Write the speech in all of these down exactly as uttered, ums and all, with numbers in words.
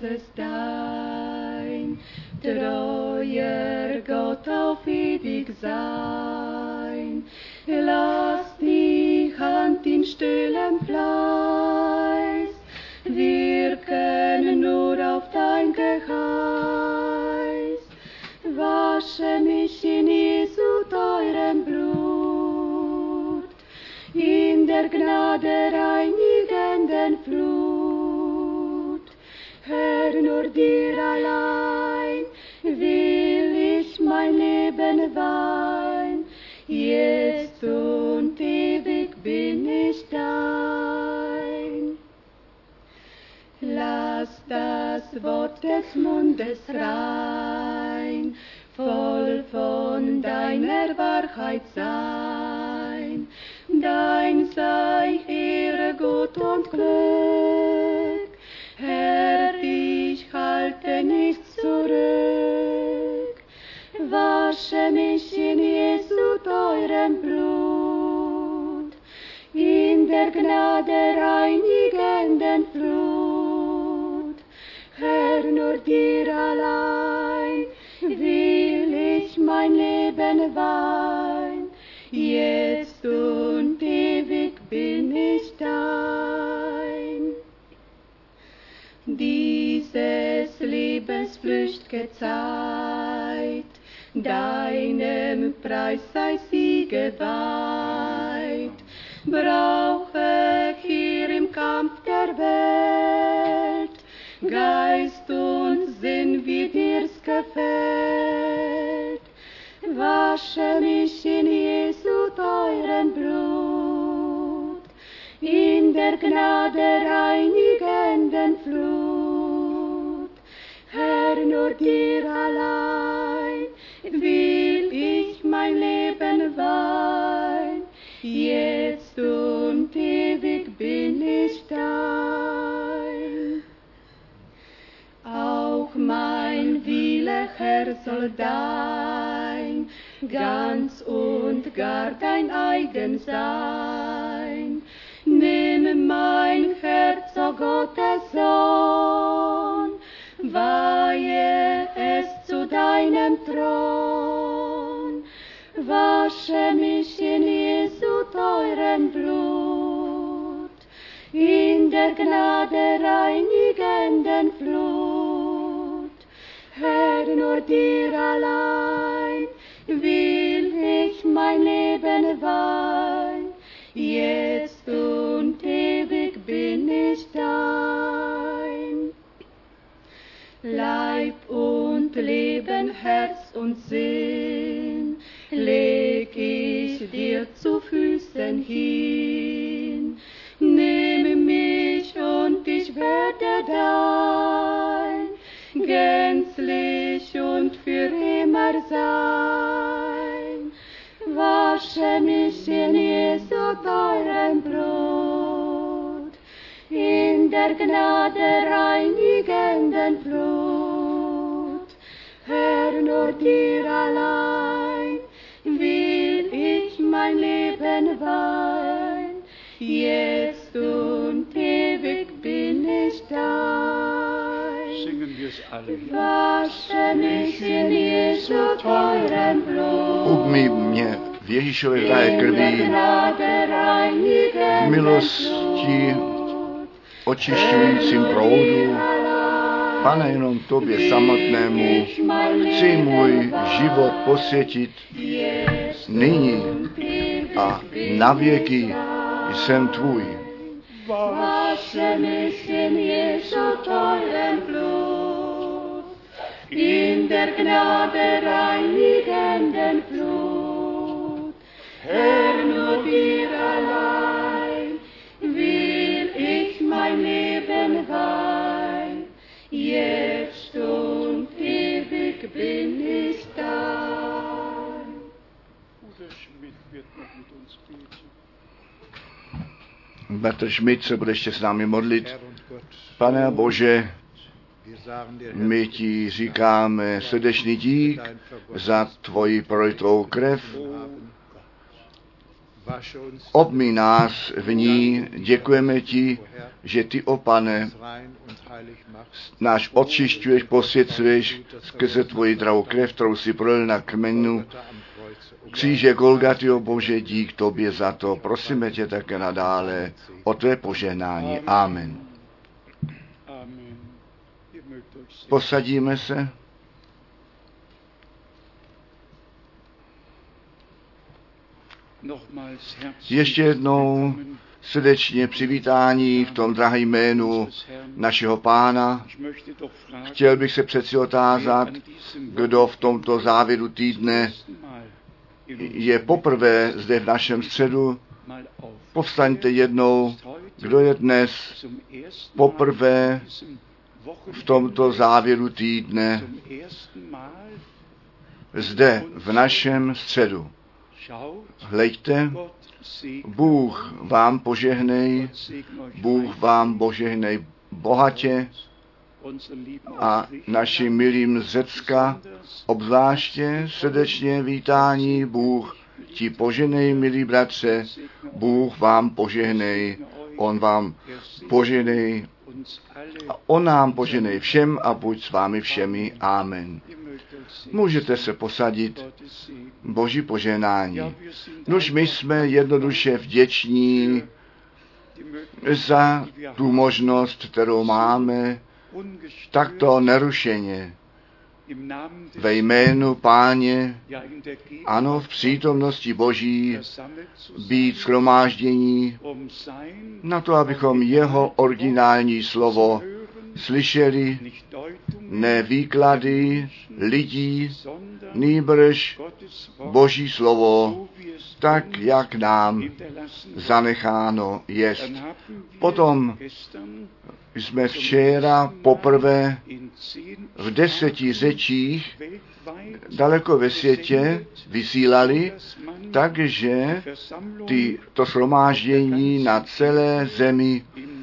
es dein, treuer Gott auf ewig sein. Lass die Hand in stillem Fleiß wirken nur auf dein Geheiß. Wasche mich in Jesu teurem Blut, in der Gnade reinigenden Flut. Herr, nur dir allein will ich mein Leben weihen, jetzt und ewig bin ich dein. Lass das Wort des Mundes rein, voll von deiner Wahrheit sein. Dein sei Ehre, Gut und Glück, Herr, ich halte nichts zurück. Wasche mich in Jesu teurem Blut, in der Gnade reinigenden Flut. Herr, nur dir allein will ich mein Leben weihen, jetzt und ewig bin ich dein. Dieses lebensflücht'ge Zeit, deinem Preis sei sie geweiht. Brauche hier im Kampf der Welt Geist und Sinn, wie dir's gefällt. Wasche mich in Jesu teuren Blut, in der Gnade reinigenden Flut. Herr, nur dir allein will ich mein Leben weihen, jetzt und ewig bin ich dein. Auch mein Wille, Herr, soll dein, ganz und gar dein eigen sein. Nimm mein Herz, o Gottes Sohn, weihe es zu deinem Thron. Wasche mich in Jesu teurem Blut, in der Gnade reinigenden Flut. Herr, nur dir allein will ich mein Leben weihen, jetzt und ewig bin ich dein. Leib und Leben, Herz und Sinn leg ich dir zu Füßen hin. Nimm mich und ich werde dein, gänzlich und für immer sein. Wasche mich in Jesu teurem Blut, in der Gnade reinigenden Flut. Herr, nur dir allein will ich mein Leben weihen, jetzt und ewig bin ich dein. Singen wir es alle. Wasche mich in Jesu teurem Blut, Obmýj mě v Ježíšově hraje krví, v milosti očišťujícím proudu. Pane, jenom tobě samotnému chci můj život posvětit nyní a navěky jsem tvůj. Wasche mich in Jesu teurem Blut, in der Gnade reinigenden Flut. Herr, nur dir allein will ich mein Leben weihen, jetzt und ewig bin ich dein. Bruder Schmidt wird noch mit uns beten. Bratr Schmidt se bude ještě s námi modlit. Pane Bože, my ti říkáme srdečný dík za tvoji prolitou krev. obmyj nás v ní, děkujeme ti, že ty, o Pane, náš očišťuješ, posvěcuješ skrze tvoji drahou krev, kterou si prolil na kmenu kříže Golgaty, o Bože, dík tobě za to. Prosíme tě také nadále o tvé požehnání. Amen. Posadíme se. Ještě jednou srdečně přivítání v tom drahém jménu našeho Pána. Chtěl bych se přeci otázat, kdo v tomto závěru týdne je poprvé zde v našem středu. Povstaňte jednou, kdo je dnes poprvé v tomto závěru týdne zde v našem středu. Hleďte, Bůh vám požehnej, Bůh vám požehnej bohatě a našim milým z Řecka obzvláště srdečně vítání. Bůh ti požehnej, milí bratře, Bůh vám požehnej, On vám požehnej a On nám požehnej všem a buď s vámi všemi. Amen. Můžete se posadit. Boží požehnání. Nož my jsme jednoduše vděční za tu možnost, kterou máme, takto nerušeně ve jménu Páně, ano, v přítomnosti Boží, být shromáždění na to, abychom jeho originální slovo slyšeli, ne výklady lidí, nýbrž Boží slovo, tak, jak nám zanecháno jest. Potom jsme včera poprvé v deseti řečích daleko ve světě vysílali, takže ty, to shromáždění na celé zemi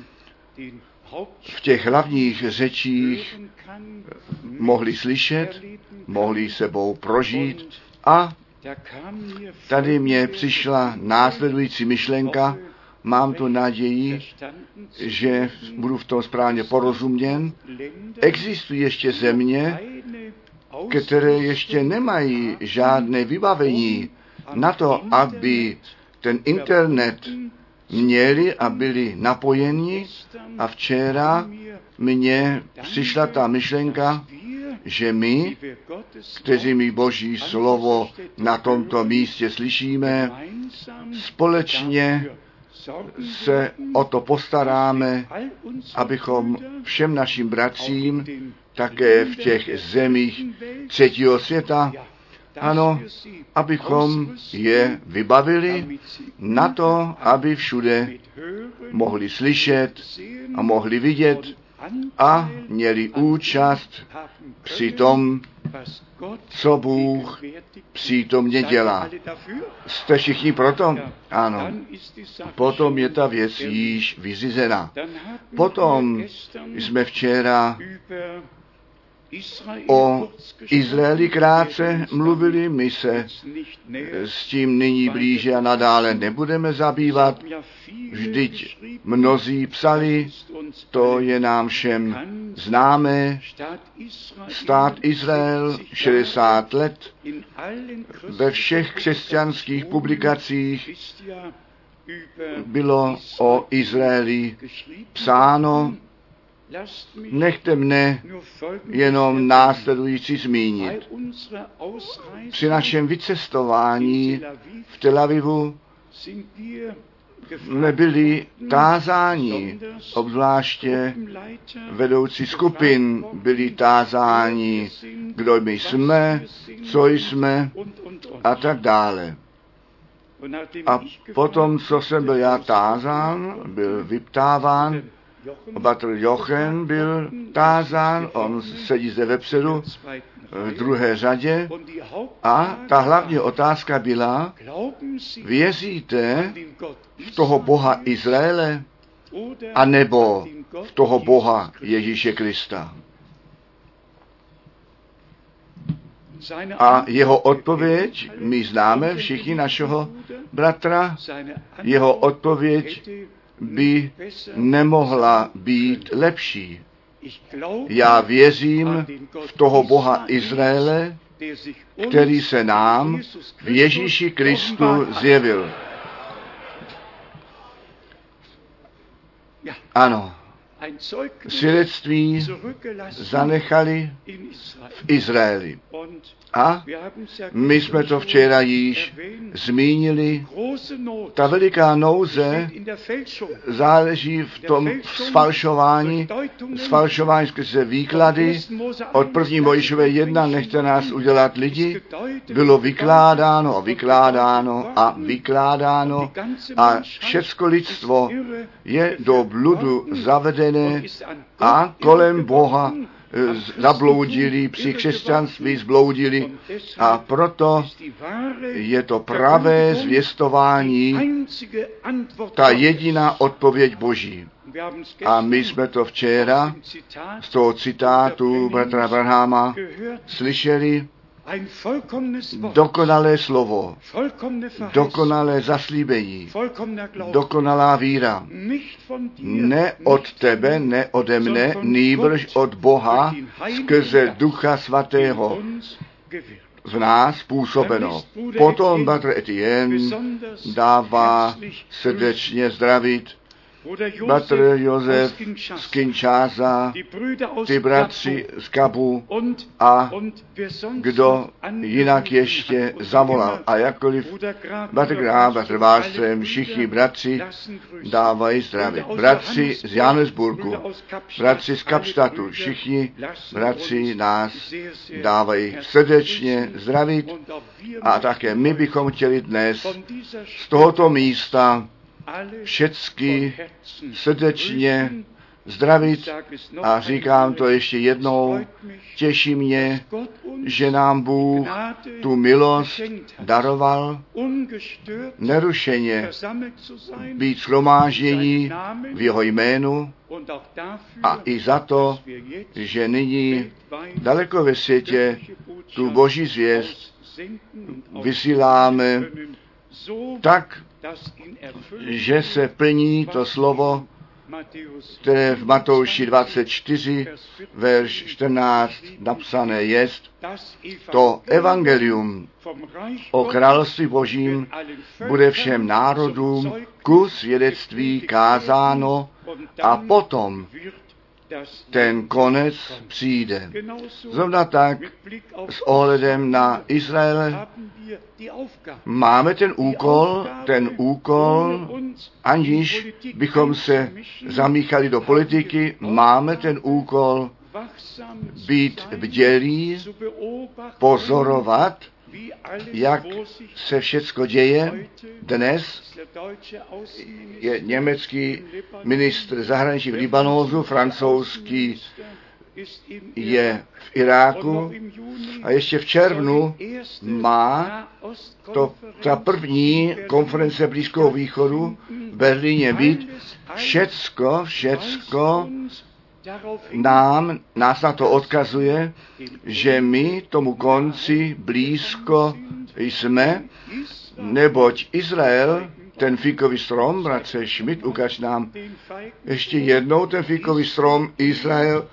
v těch hlavních řečích mohli slyšet, mohli sebou prožít a tady mě přišla následující myšlenka. Mám tu naději, že budu v tom správně porozuměn. Existují ještě země, které ještě nemají žádné vybavení na to, aby ten internet měli a byli napojeni. A včera mně přišla ta myšlenka, že my, kteří mi Boží slovo na tomto místě slyšíme, společně se o to postaráme, abychom všem našim bratřím, také v těch zemích třetího světa, ano, abychom je vybavili na to, aby všude mohli slyšet a mohli vidět a měli účast při tom, co Bůh přítomně dělá. Jste všichni proto? Ano. Potom je ta věc již vyřízena. Potom jsme včera o Izraeli krátce mluvili, my se s tím nyní blíže a nadále nebudeme zabývat. Vždyť mnozí psali, to je nám všem známé, stát Izrael šedesát let, ve všech křesťanských publikacích bylo o Izraeli psáno. Nechte mne jenom následující zmínit. Při našem vycestování v Tel Avivu nebyli tázáni, obzvláště vedoucí skupin byli tázáni, kdo my jsme, co jsme a tak dále. A potom, co jsem byl já tázán, byl vyptáván, Bratr Jochen byl tázán, on sedí zde vepředu v druhé řadě a ta hlavní otázka byla, věříte v toho Boha Izraele anebo v toho Boha Ježíše Krista? A jeho odpověď, my známe všichni našeho bratra, jeho odpověď by nemohla být lepší. Já věřím v toho Boha Izraele, který se nám v Ježíši Kristu zjevil. Ano, svědectví zanechali v Izraeli. A my jsme to včera již zmínili. Ta veliká nouze záleží v tom sfalšování, sfalšování skrze výklady. Od první Mojžíšové jedna, nechte nás udělat lidi, bylo vykládáno a vykládáno a vykládáno a všecko lidstvo je do bludu zavedené a kolem Boha zabloudili, při křesťanství zbloudili a proto je to pravé zvěstování ta jediná odpověď Boží. A my jsme to včera z toho citátu bratra Branhama slyšeli. Dokonalé slovo, dokonalé zaslíbení, dokonalá víra. Ne od tebe, ne ode mne, nýbrž od Boha skrze Ducha Svatého v nás působeno. Potom bratr Etienne dává srdečně zdravit bratr Josef z Kinshasa, ty bratři z Kabu a kdo jinak ještě zavolal. A jakkoliv bratr Graf, bratr Wallström, všichni bratři dávají zdravit. Bratři z Johannesburgu, bratři z Kapstadtu, všichni bratři nás dávají srdečně zdravit a také my bychom chtěli dnes z tohoto místa všecky srdečně zdravit a říkám to ještě jednou, těší mě, že nám Bůh tu milost daroval nerušeně být shromáždění v jeho jménu a i za to, že nyní daleko ve světě tu Boží zvěst vysíláme tak, že se plní to slovo, které v Matouši dvacet čtyři, verš čtrnáct napsané jest, to evangelium o království Božím bude všem národům ku svědectví kázáno a potom ten konec přijde. Zrovna tak s ohledem na Izrael máme ten úkol, ten úkol, aniž bychom se zamíchali do politiky, máme ten úkol být bdělí, pozorovat, jak se všecko děje. Dnes je německý ministr zahraničí v Libanonu, francouzský je v Iráku a ještě v červnu má to, ta první konference Blízkého východu v Berlíně být. Všecko, všecko nám, nás na to odkazuje, že my tomu konci blízko jsme, neboť Izrael, ten fíkový strom, bratře Schmidt, ukaž nám ještě jednou ten fíkový strom, Izrael,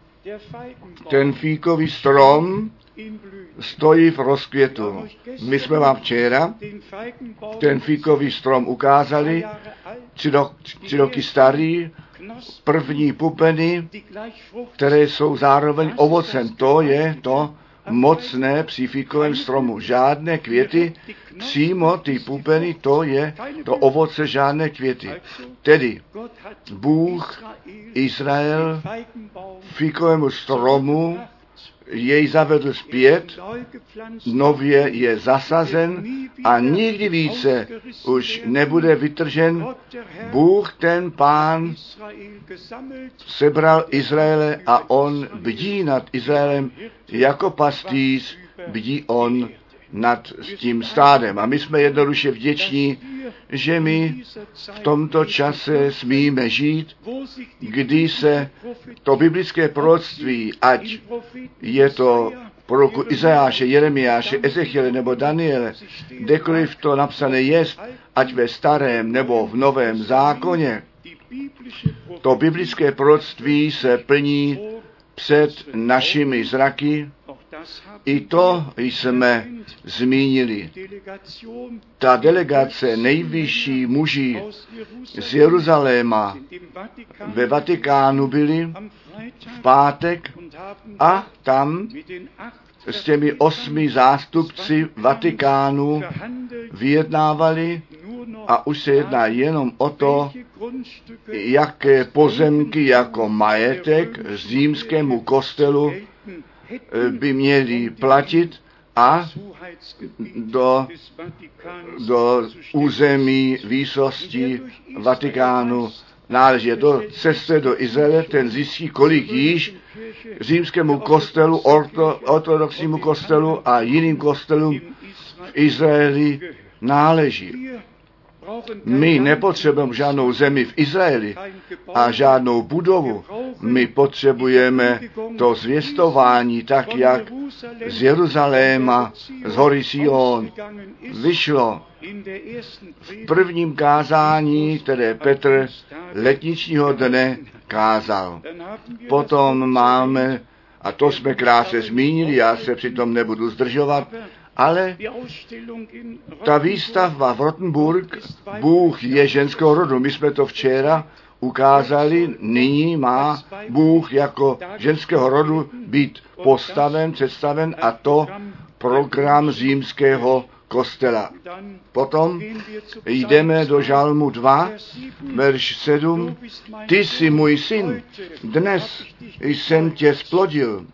ten fíkový strom stojí v rozkvětu. My jsme vám včera ten fíkový strom ukázali, tři, ro, tři roky starý, první pupeny, které jsou zároveň ovocem. To je to mocné při fíkovém stromu. Žádné květy, přímo ty pupeny, to je to ovoce, žádné květy. Tedy Bůh Izrael fíkovému stromu jej zavedl zpět, nově je zasazen a nikdy více už nebude vytržen. Bůh, ten Pán, sebral Izraele a on bdí nad Izraelem jako pastýř, bdí on nad tím stádem. A my jsme jednoduše vděční, že my v tomto čase smíme žít, kdy se to biblické proroctví, ať je to proroku Izajáše, Jeremiáše, Ezechiele nebo Daniele, kdekoliv to napsané jest, ať ve starém nebo v novém zákoně, to biblické proroctví se plní před našimi zraky. I to jsme zmínili. Ta delegace nejvyšší muži z Jeruzaléma ve Vatikánu byli v pátek a tam s těmi osmi zástupci Vatikánu vyjednávali a už se jedná jenom o to, jaké pozemky jako majetek římskému kostelu by měli platit a do, do území výsosti Vatikánu náleží. Do cesty do Izraele ten zjistí, kolik již římskému kostelu, orto, ortodoxnímu kostelu a jiným kostelům v Izraeli náleží. My nepotřebujeme žádnou zemi v Izraeli a žádnou budovu. My potřebujeme to zvěstování, tak jak z Jeruzaléma, z hory Sion vyšlo v prvním kázání, které Petr letničního dne kázal. Potom máme, a to jsme krásně zmínili, já se přitom nebudu zdržovat, ale ta výstavba v Rottenburg, Bůh je ženského rodu. My jsme to včera ukázali, nyní má Bůh jako ženského rodu být postaven, představen a to program římského kostela. Potom jdeme do Žalmu dva, verš sedm. Ty jsi můj syn, dnes jsem tě splodil.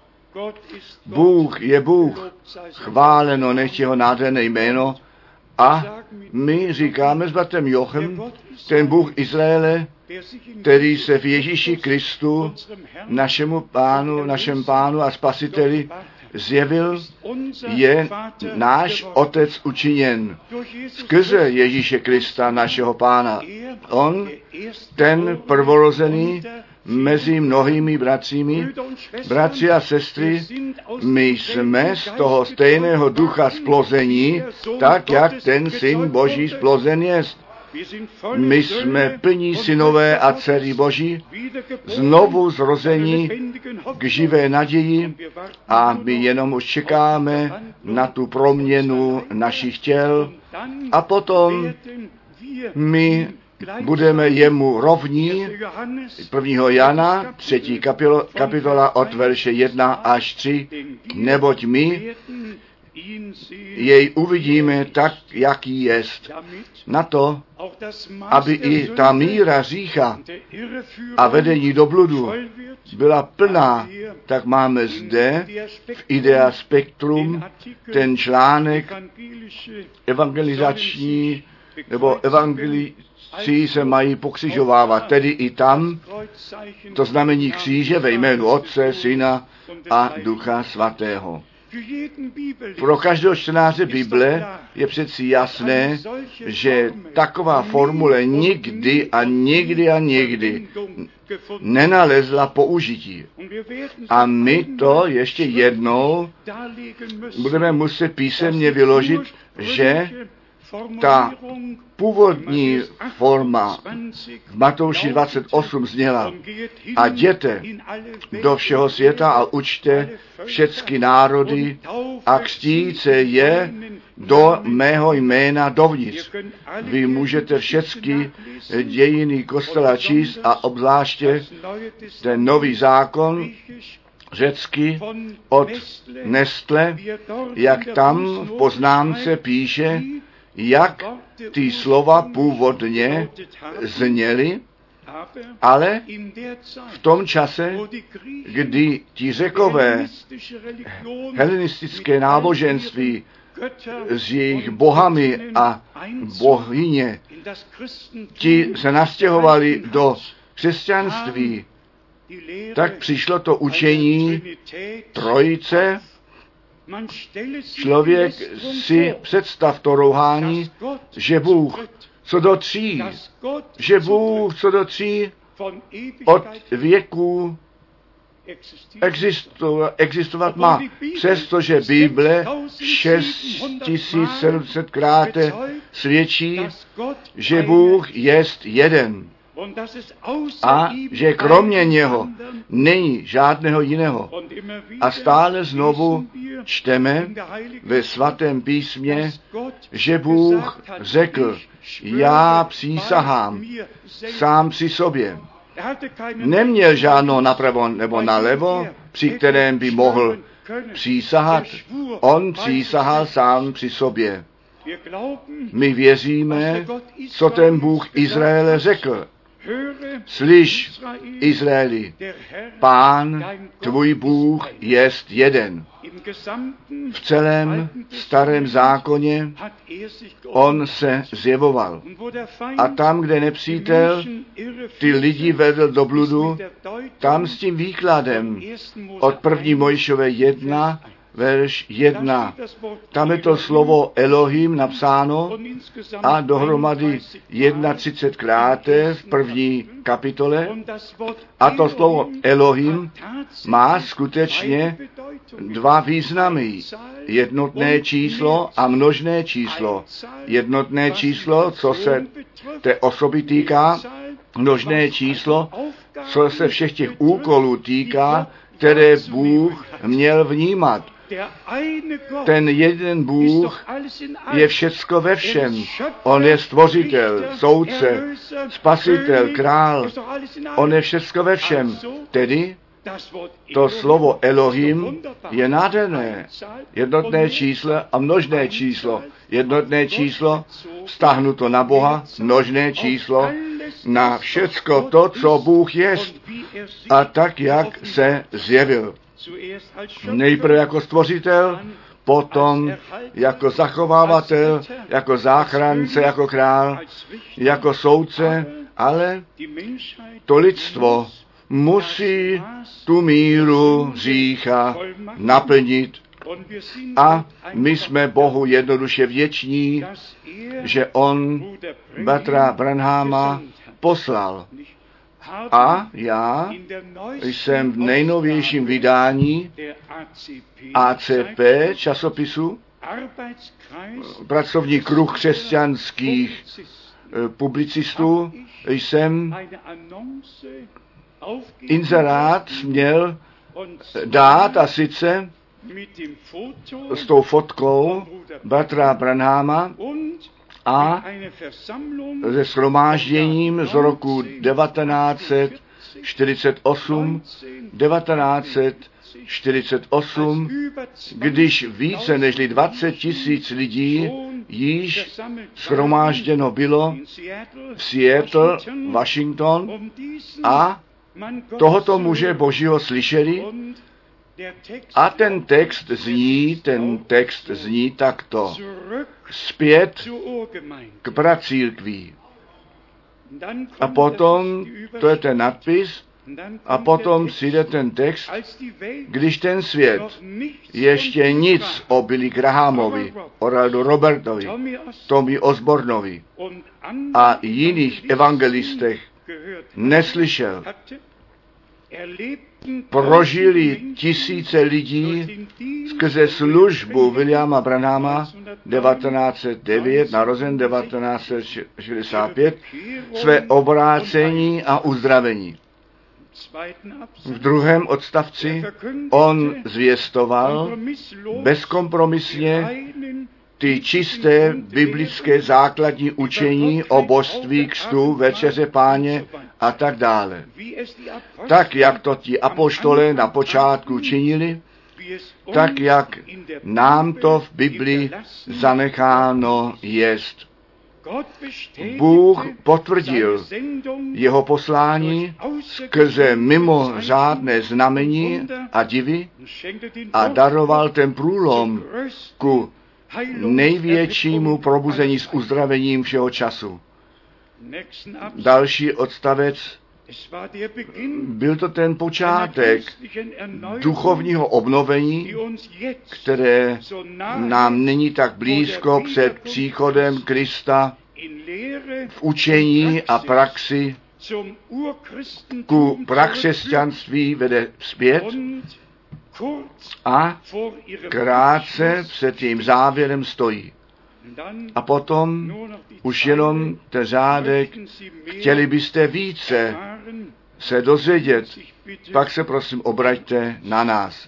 Bůh je Bůh, chváleno nech jeho nádherné jméno a my říkáme s bratrem Jochem, ten Bůh Izraele, který se v Ježíši Kristu, našemu pánu, našem pánu a spasiteli, zjevil, je náš Otec učiněn skrze Ježíše Krista, našeho pána. On, ten prvorozený mezi mnohými bratřími, bratři a sestry, my jsme z toho stejného ducha splození, tak jak ten Syn Boží splozen jest. My jsme plní synové a dcery Boží, znovu zrození k živé naději a my jenom už čekáme na tu proměnu našich těl a potom my budeme jemu rovní. prvního Jana, třetí kapitola od verše jedna až tři, neboť my jej uvidíme tak, jaký jest. Na to, aby i ta míra řícha a vedení do bludu byla plná, tak máme zde v Idea Spectrum ten článek evangelizační nebo evangelici se mají pokřižovávat, tedy i tam to znamení kříže ve jménu Otce, Syna a Ducha Svatého. Pro každého čtenáře Bible je přeci jasné, že taková formule nikdy a nikdy a nikdy nenalezla použití. A my to ještě jednou budeme muset písemně vyložit, že ta původní forma v Matouši dvacet osm zněla: a jděte do všeho světa a učte všechny národy a křtíce je do mého jména dovnitř. Vy můžete všechny dějiny kostela číst a obzvláště ten nový zákon řecky od Nestle, jak tam v poznámce píše, jak ty slova původně zněly, ale v tom čase, kdy ti Řekové helenistické náboženství s jejich bohami a bohyně, ti se nastěhovali do křesťanství, tak přišlo to učení Trojice. Člověk si představ to rouhání, že Bůh co do tří, že Bůh co do tří od věku existovat, existovat má. Přestože Bible šest tisíc sedm set krát svědčí, že Bůh jest jeden a že kromě něho není žádného jiného. A stále znovu čteme ve svatém písmě, že Bůh řekl, já přísahám sám při sobě. Neměl žádnou napravo nebo nalevo, při kterém by mohl přísahat. On přísahal sám při sobě. My věříme, co ten Bůh Izraele řekl. Slyš, Izraeli, Pán, tvůj Bůh jest jeden. V celém starém zákoně on se zjevoval. A tam, kde nepřítel ty lidi vedl do bludu, tam s tím výkladem od první Mojžíšové jedna, verš jedna. Tam je to slovo Elohim napsáno a dohromady třicet krát v první kapitole. A to slovo Elohim má skutečně dva významy. Jednotné číslo a množné číslo. Jednotné číslo, co se té osoby týká, množné číslo, co se všech těch úkolů týká, které Bůh měl vnímat. Ten jeden Bůh je všecko ve všem. On je stvořitel, soudce, spasitel, král. On je všecko ve všem. Tedy to slovo Elohim je nádherné. Jednotné číslo a množné číslo. Jednotné číslo vztáhnuto na Boha, množné číslo na všecko to, co Bůh jest. A tak, jak se zjevil. Nejprve jako stvořitel, potom jako zachovávatel, jako záchránce, jako král, jako soudce, ale to lidstvo musí tu míru hřícha naplnit. A my jsme Bohu jednoduše vděční, že on bratra Branhama poslal. A já jsem v nejnovějším vydání A C P časopisu, pracovní kruh křesťanských publicistů, jsem inzerát měl dát, a sice s tou fotkou bratra Branhama a se shromážděním z roku devatenáct set čtyřicet osm, devatenáct set čtyřicet osm, když více než dvacet tisíc lidí již shromážděno bylo v Seattle, Washington, a tohoto muže Božího slyšeli. A ten text zní, ten text zní takto. Zpět k pracírkví. A potom, to je ten nadpis, a potom přijde ten text, když ten svět ještě nic o Billy Grahamovi, o Raldu Robertovi, Tommy Osbornovi a jiných evangelistech neslyšel. Prožili tisíce lidí skrze službu Williama Branhama devatenáct set devět, narozen devatenáct set šedesát pět, své obrácení a uzdravení. V druhém odstavci on zvěstoval bezkompromisně ty čisté biblické základní učení o božství, křtu, večeře Páně a tak dále. Tak, jak to ti apoštole na počátku činili, tak, jak nám to v Biblii zanecháno jest. Bůh potvrdil jeho poslání skrze mimořádné znamení a divy a daroval ten průlom ku největšímu probuzení s uzdravením všeho času. Další odstavec, byl to ten počátek duchovního obnovení, které nám není tak blízko před příchodem Krista v učení a praxi ku prakřesťanství vede zpět a krátce před tím závěrem stojí. A potom už jenom ten řádek, chtěli byste více se dozvědět, pak se prosím obraťte na nás.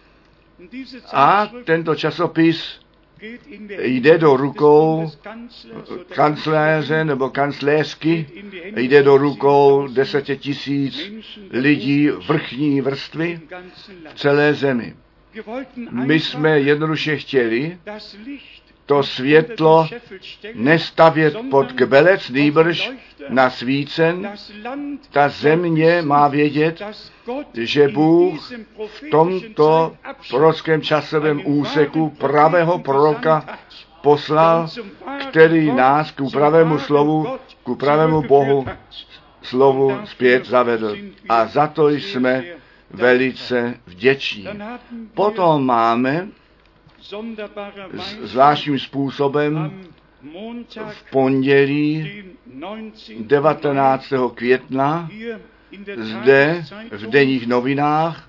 A tento časopis jde do rukou kancléře nebo kancléřky, jde do rukou deset tisíc lidí vrchní vrstvy v celé zemi. My jsme jednoduše chtěli to světlo nestavět pod kbelec, nýbrž na svícen. Ta země má vědět, že Bůh v tomto prorockém časovém úseku pravého proroka poslal, který nás ku pravému slovu, ku pravému Bohu slovu zpět zavedl. A za to jsme velice vděční. Potom máme zvláštním způsobem v pondělí devatenáctého května zde v denních novinách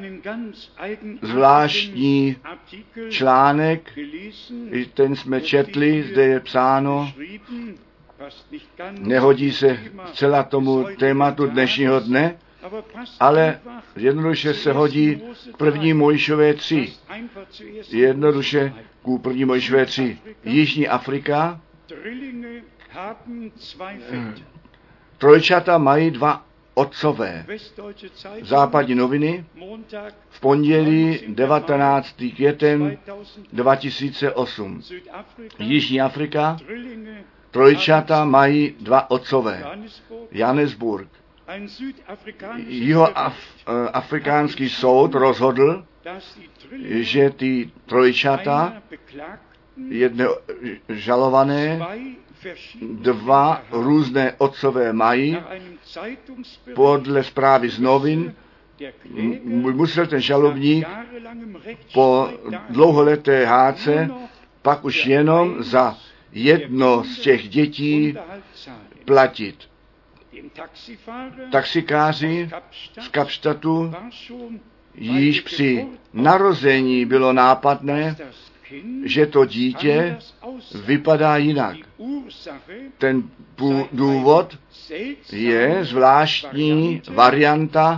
zvláštní článek, ten jsme četli, zde je psáno, nehodí se zcela tomu tématu dnešního dne, ale jednoduše se hodí k první Mojžíšové tři. Jednoduše ku první Mojžíšové tři. Jižní Afrika, trojčata mají dva otcové. Západní noviny v pondělí devatenáctého květen dva tisíce osm. Jižní Afrika, trojčata mají dva otcové. Johannesburg. Jihoafrikánský soud rozhodl, že ty trojčata, jedné žalované, dva různé otcové mají. Podle zprávy z novin musel ten žalobník po dlouholeté hádce pak už jenom za jedno z těch dětí platit. Taxikáři z Kapstadtu již při narození bylo nápadné, že to dítě vypadá jinak. Ten důvod je zvláštní varianta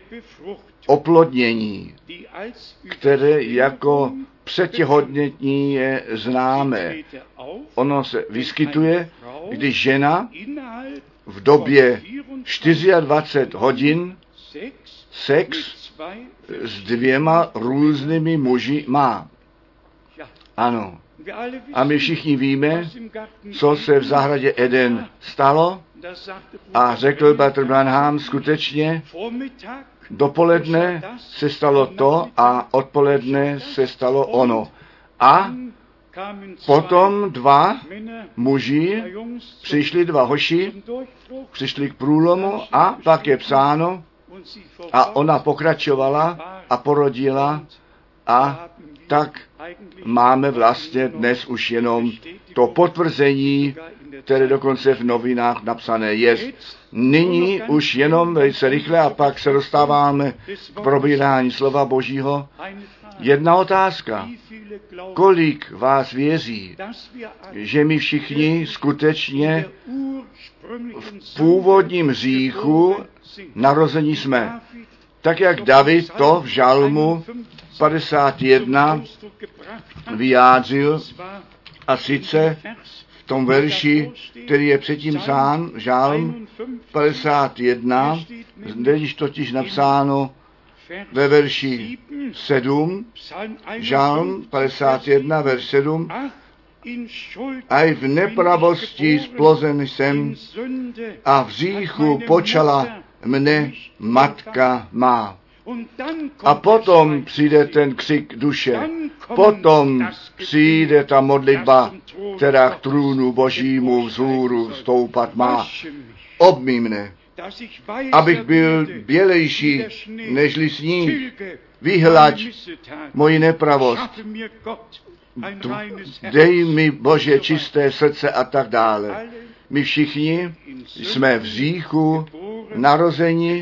oplodnění, které jako přetěhotnění je známé. Ono se vyskytuje, když žena v době dvacet čtyři hodin sex s dvěma různými muži má. Ano. A my všichni víme, co se v zahradě Eden stalo. A řekl Bratr Branham, skutečně dopoledne se stalo to a odpoledne se stalo ono. A potom dva muži, přišli dva hoši, přišli k průlomu a pak je psáno a ona pokračovala a porodila a tak máme vlastně dnes už jenom to potvrzení, které dokonce v novinách napsané je. Nyní už jenom velice rychle a pak se dostáváme k probírání slova Božího. Jedna otázka. Kolik vás věří, že my všichni skutečně v původním hříchu narození jsme? Tak jak David to v žalmu padesát jedna vyjádřil, a sice v tom verši, který je předtím sám, žalm padesát jedna, zde již totiž napsáno ve verši sedm, žalm padesát jedna, verš sedm, aj v nepravosti splozen jsem a v hříchu počala mne matka má. A potom přijde ten křik duše. Potom přijde ta modlitba, která k trůnu Božímu vzhůru stoupat má. Obmij mne, abych byl bělejší nežli sníh. Vyhlaď moji nepravost. Dej mi, Bože, čisté srdce a tak dále. My všichni jsme v hříchu narozeni,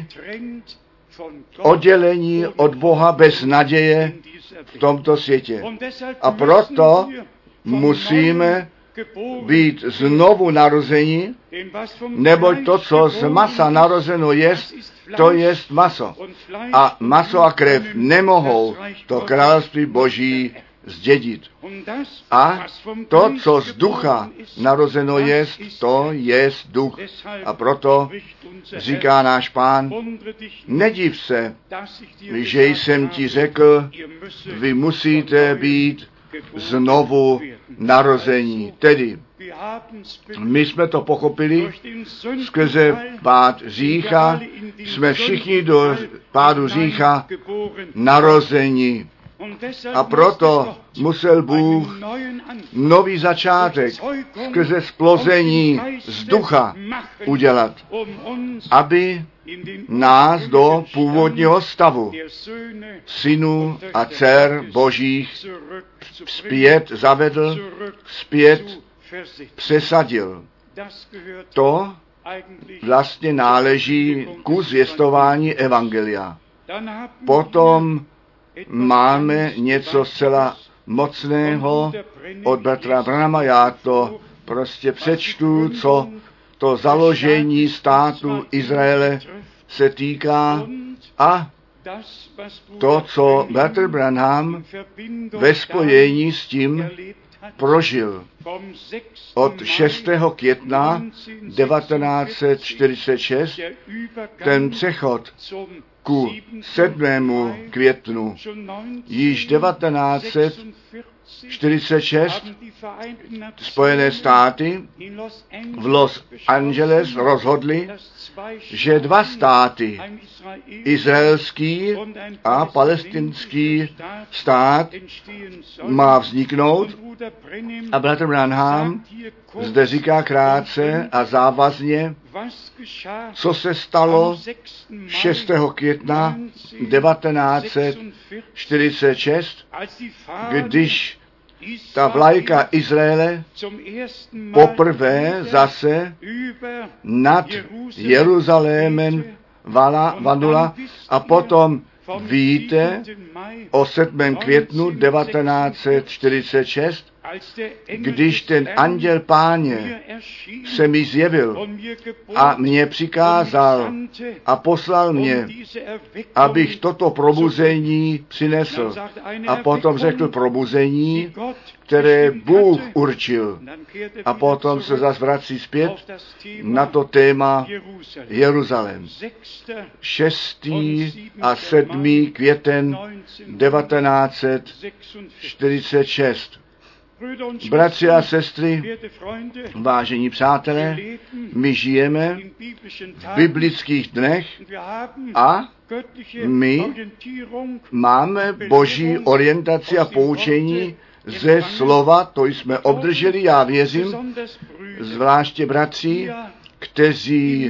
oddělení od Boha bez naděje v tomto světě. A proto musíme být znovu narozeni, neboť to, co z masa narozeno jest, to jest maso. A maso a krev nemohou to království Boží zdědit. A to, co z ducha narozeno jest, to jest duch. A proto říká náš Pán, nediv se, že jsem ti řekl, vy musíte být znovu narození. Tedy my jsme to pochopili skrze pád hřícha, jsme všichni do pádu hřícha narození. A proto musel Bůh nový začátek skrze splození z ducha udělat, aby nás do původního stavu synů a dcer Božích zpět zavedl, zpět přesadil. To vlastně náleží ku zvěstování evangelia. Potom máme něco zcela mocného od bratra Branhama. Já to prostě přečtu, co to založení státu Izraele se týká, a to, co bratr Branham ve spojení s tím prožil. Od šestého května devatenáct set čtyřicet šest ten přechod ku sedmému květnu již devatenáct set čtyřicet šest Spojené státy v Los Angeles rozhodli, že dva státy, izraelský a palestinský stát, má vzniknout. A bratr Branham zde říká krátce a závazně, co se stalo šestého května devatenáct set čtyřicet šest, když ta vlajka Izraele poprvé zase nad Jeruzalémem vala, vanula, a potom víte o sedmém květnu devatenáct set čtyřicet šest, když ten anděl Páně se mi zjevil a mě přikázal a poslal mě, abych toto probuzení přinesl. A potom řekl probuzení, které Bůh určil. A potom se zase vrací zpět na to téma Jeruzalém. šestý a sedmý květen devatenáct set čtyřicet šest. Bratři a sestry, vážení přátelé, my žijeme v biblických dnech a my máme boží orientaci a poučení ze slova, to jsme obdrželi, já věřím, zvláště bratři, kteří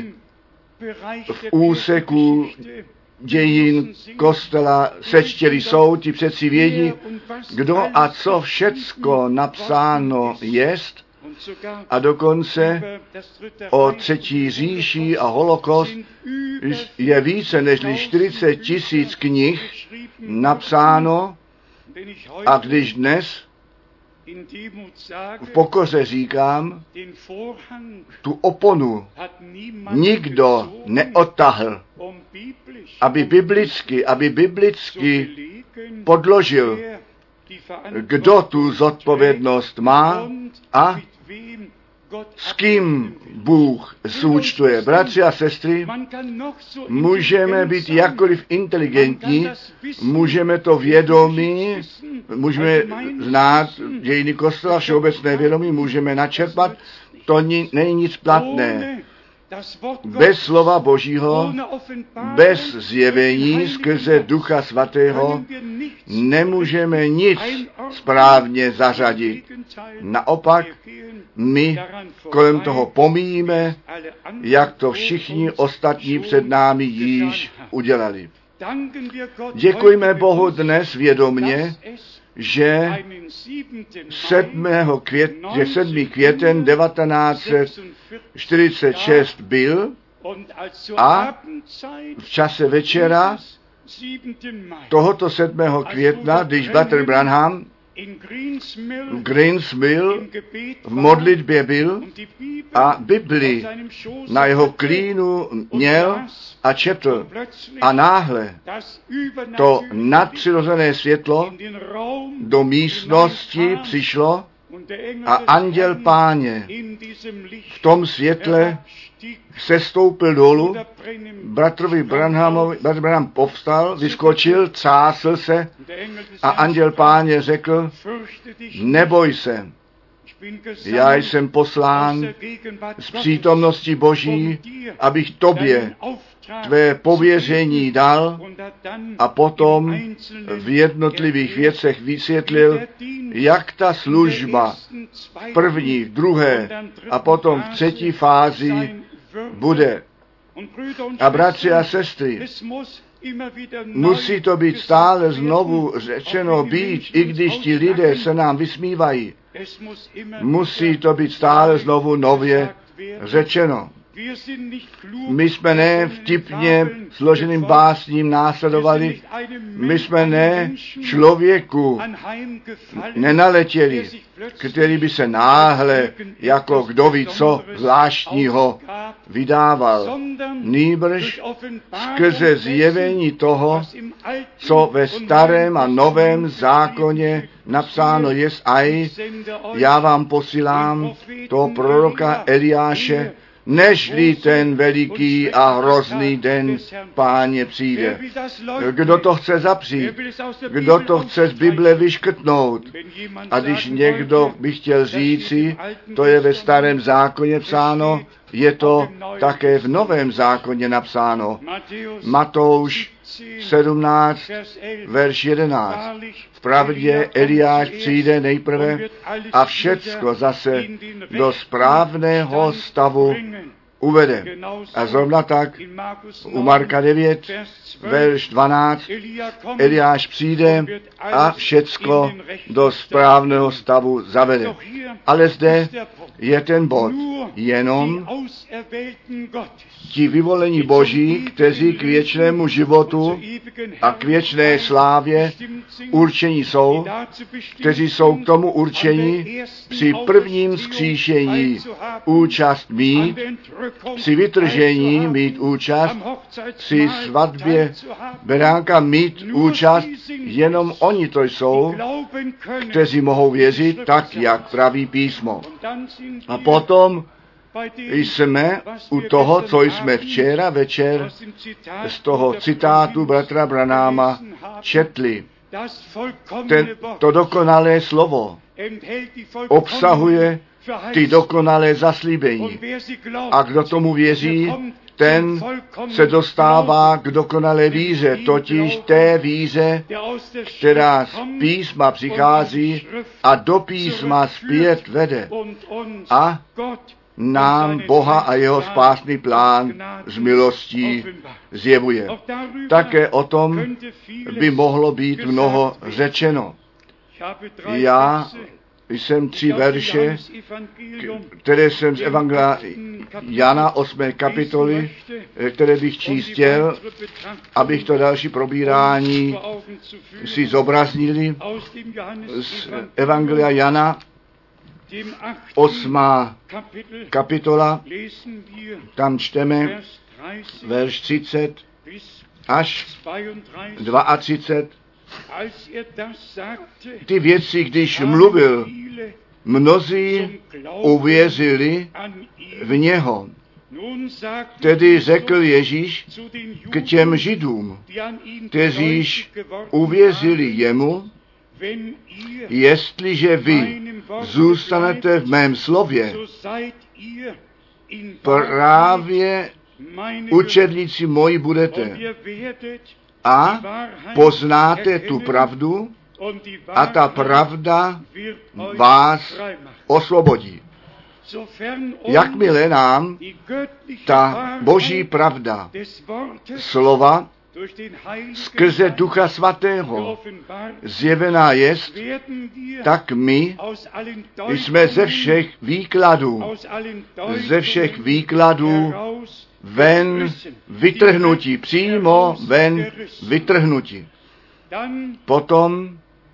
v úseku dějin kostela sečtěli jsou, ti přeci vědí, kdo a co všecko napsáno jest, a dokonce o třetí říši a holokost je více než čtyřicet tisíc knih napsáno. A když dnes v pokoře říkám, tu oponu nikdo neodtahl, aby biblicky, aby biblicky podložil, kdo tu zodpovědnost má a s kým Bůh zúčtuje. Bratři a sestry, můžeme být jakkoliv inteligentní, můžeme to vědomí, můžeme znát dějiny kostela, všeobecné vědomí, můžeme načerpat, to není nic platné. Bez slova Božího, bez zjevení skrze Ducha Svatého nemůžeme nic správně zařadit. Naopak, my kolem toho pomíjíme, jak to všichni ostatní před námi již udělali. Děkujeme Bohu dnes vědomně, že sedmého května, že sedmý květen devatenáct set čtyřicet šest byl a v čase večera tohoto sedmého května, když bratr Branham v Greensmill v modlitbě byl a Bibli na jeho klínu měl a četl a náhle to nadpřirozené světlo do místnosti přišlo a anděl Páně v tom světle sestoupil dolů, bratrovi Branhamovi, bratr Branham povstal, vyskočil, třásl se a anděl Páně řekl, neboj se, já jsem poslán z přítomnosti Boží, abych tobě tvé pověření dal a potom v jednotlivých věcech vysvětlil, jak ta služba v první, v druhé a potom v třetí fázi bude. A bratři a sestry, musí to být stále znovu řečeno být, i když ti lidé se nám vysmívají. Musí to být stále znovu nově řečeno. My jsme ne vtipně složeným básním následovali, my jsme ne člověku nenaletěli, který by se náhle, jako kdo ví co zvláštního, vydával. Nýbrž skrze zjevení toho, co ve starém a novém zákoně napsáno je, aj já vám posílám toho proroka Eliáše, nežli ten veliký a hrozný den Páně přijde. Kdo to chce zapřít? Kdo to chce z Bible vyškrtnout? A když někdo by chtěl říci, to je ve starém zákoně psáno, je to také v novém zákoně napsáno. Matouš sedmnáct, verš jedenáct. Vpravdě Eliáš přijde nejprve a všecko zase do správného stavu uvede. A zrovna tak u Marka devět, verš dvanáct, Eliáš přijde a všecko do správného stavu zavede. Ale zde je ten bod. Jenom ti vyvolení Boží, kteří k věčnému životu a k věčné slávě určení jsou, kteří jsou k tomu určení při prvním vzkříšení účast mít, při vytržení mít účast, při svatbě beránka mít účast, jenom oni to jsou, kteří mohou věřit tak, jak praví písmo. A potom jsme u toho, co jsme včera večer z toho citátu bratra Branhama četli. Ten, to dokonalé slovo obsahuje ty dokonalé zaslíbení. A kdo tomu věří, ten se dostává k dokonalé víře, totiž té víře, která z písma přichází a do písma zpět vede. A nám Boha a jeho spásný plán z milostí zjevuje. Také o tom by mohlo být mnoho řečeno. Já jsem tři verše, které jsem z Evangelia Jana osmé kapitoly, které bych číst chtěl, abych to další probírání si zobraznili z Evangelia Jana, osmá kapitola, tam čteme verš třicet až třicet dva. Ty věci, když mluvil, mnozí uvěřili v něho. Tedy řekl Ježíš k těm Židům, kteříž uvěřili jemu, jestliže vy zůstanete v mém slově, právě učedníci moji budete a poznáte tu pravdu a ta pravda vás osvobodí. Jakmile nám ta boží pravda slova skrze Ducha Svatého zjevená jest, tak my jsme ze všech výkladů, ze všech výkladů ven vytrhnutí, přímo ven vytrhnutí. Potom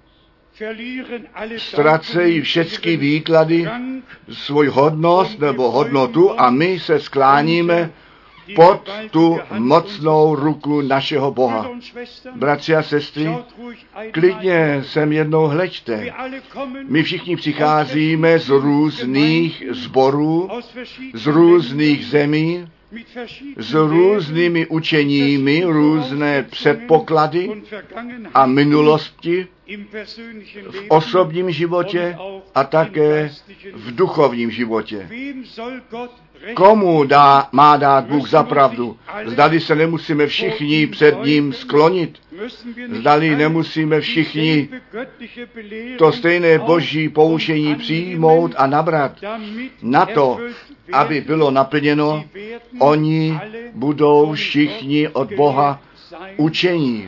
ztracejí všechny výklady svou hodnost nebo hodnotu a my se skláníme pod tu mocnou ruku našeho Boha. Bratři a sestry, klidně sem jednou hleďte. My všichni přicházíme z různých sborů, z různých zemí, s různými učeními, různé předpoklady a minulosti v osobním životě a také v duchovním životě. Komu dá, má dát Bůh za pravdu? Zdali se nemusíme všichni před ním sklonit? Zdali nemusíme všichni to stejné boží poučení přijmout a nabrat? Na to, aby bylo naplněno, oni budou všichni od Boha učení.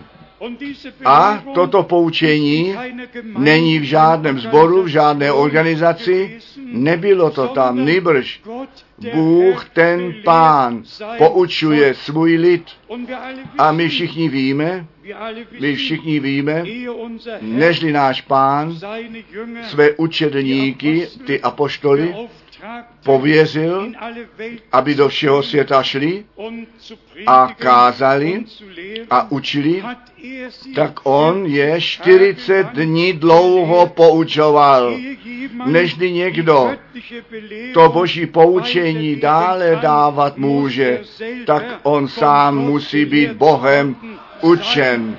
A toto poučení není v žádném sboru, v žádné organizaci, nebylo to tam, nýbrž Bůh, ten Pán, poučuje svůj lid. A my všichni víme, my všichni víme, nežli náš Pán své učedníky, ty apoštoly, pověřil, aby do všeho světa šli a kázali a učili, tak on je čtyřicet dní dlouho poučoval. Nežli někdo to boží poučení dále dávat může, tak on sám musí být Bohem učen.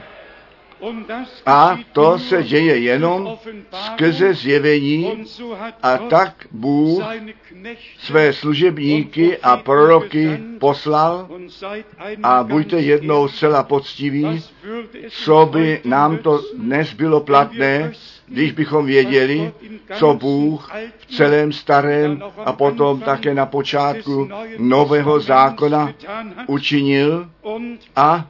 A to se děje jenom skrze zjevení a tak Bůh své služebníky a proroky poslal a buďte jednou zcela poctiví, co by nám to dnes bylo platné, když bychom věděli, co Bůh v celém starém a potom také na počátku nového zákona učinil a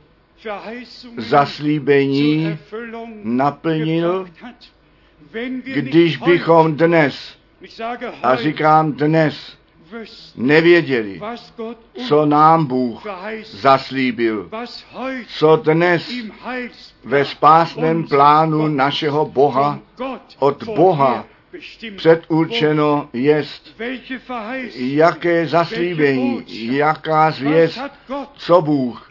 zaslíbení naplnil, když bychom dnes, a říkám dnes, nevěděli, co nám Bůh zaslíbil, co dnes ve spásném plánu našeho Boha od Boha předurčeno jest, jaké zaslíbení, jaká zvěst, co Bůh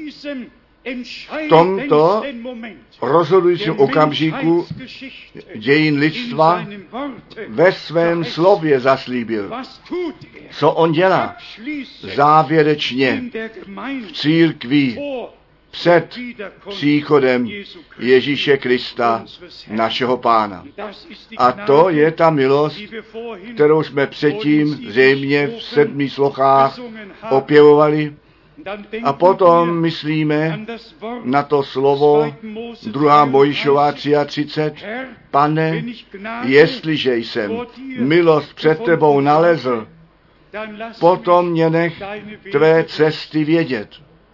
v tomto rozhodujícím okamžiku dějin lidstva ve svém slově zaslíbil. Co on dělá? Závěrečně v církvi před příchodem Ježíše Krista, našeho Pána. A to je ta milost, kterou jsme předtím zřejmě v sedmi slochách opěvovali. A potom myslíme na to slovo druhá Mojžíšova třicet tři. Pane, jestliže jsem milost před tebou nalezl, potom mě nech tvé cesty vědět.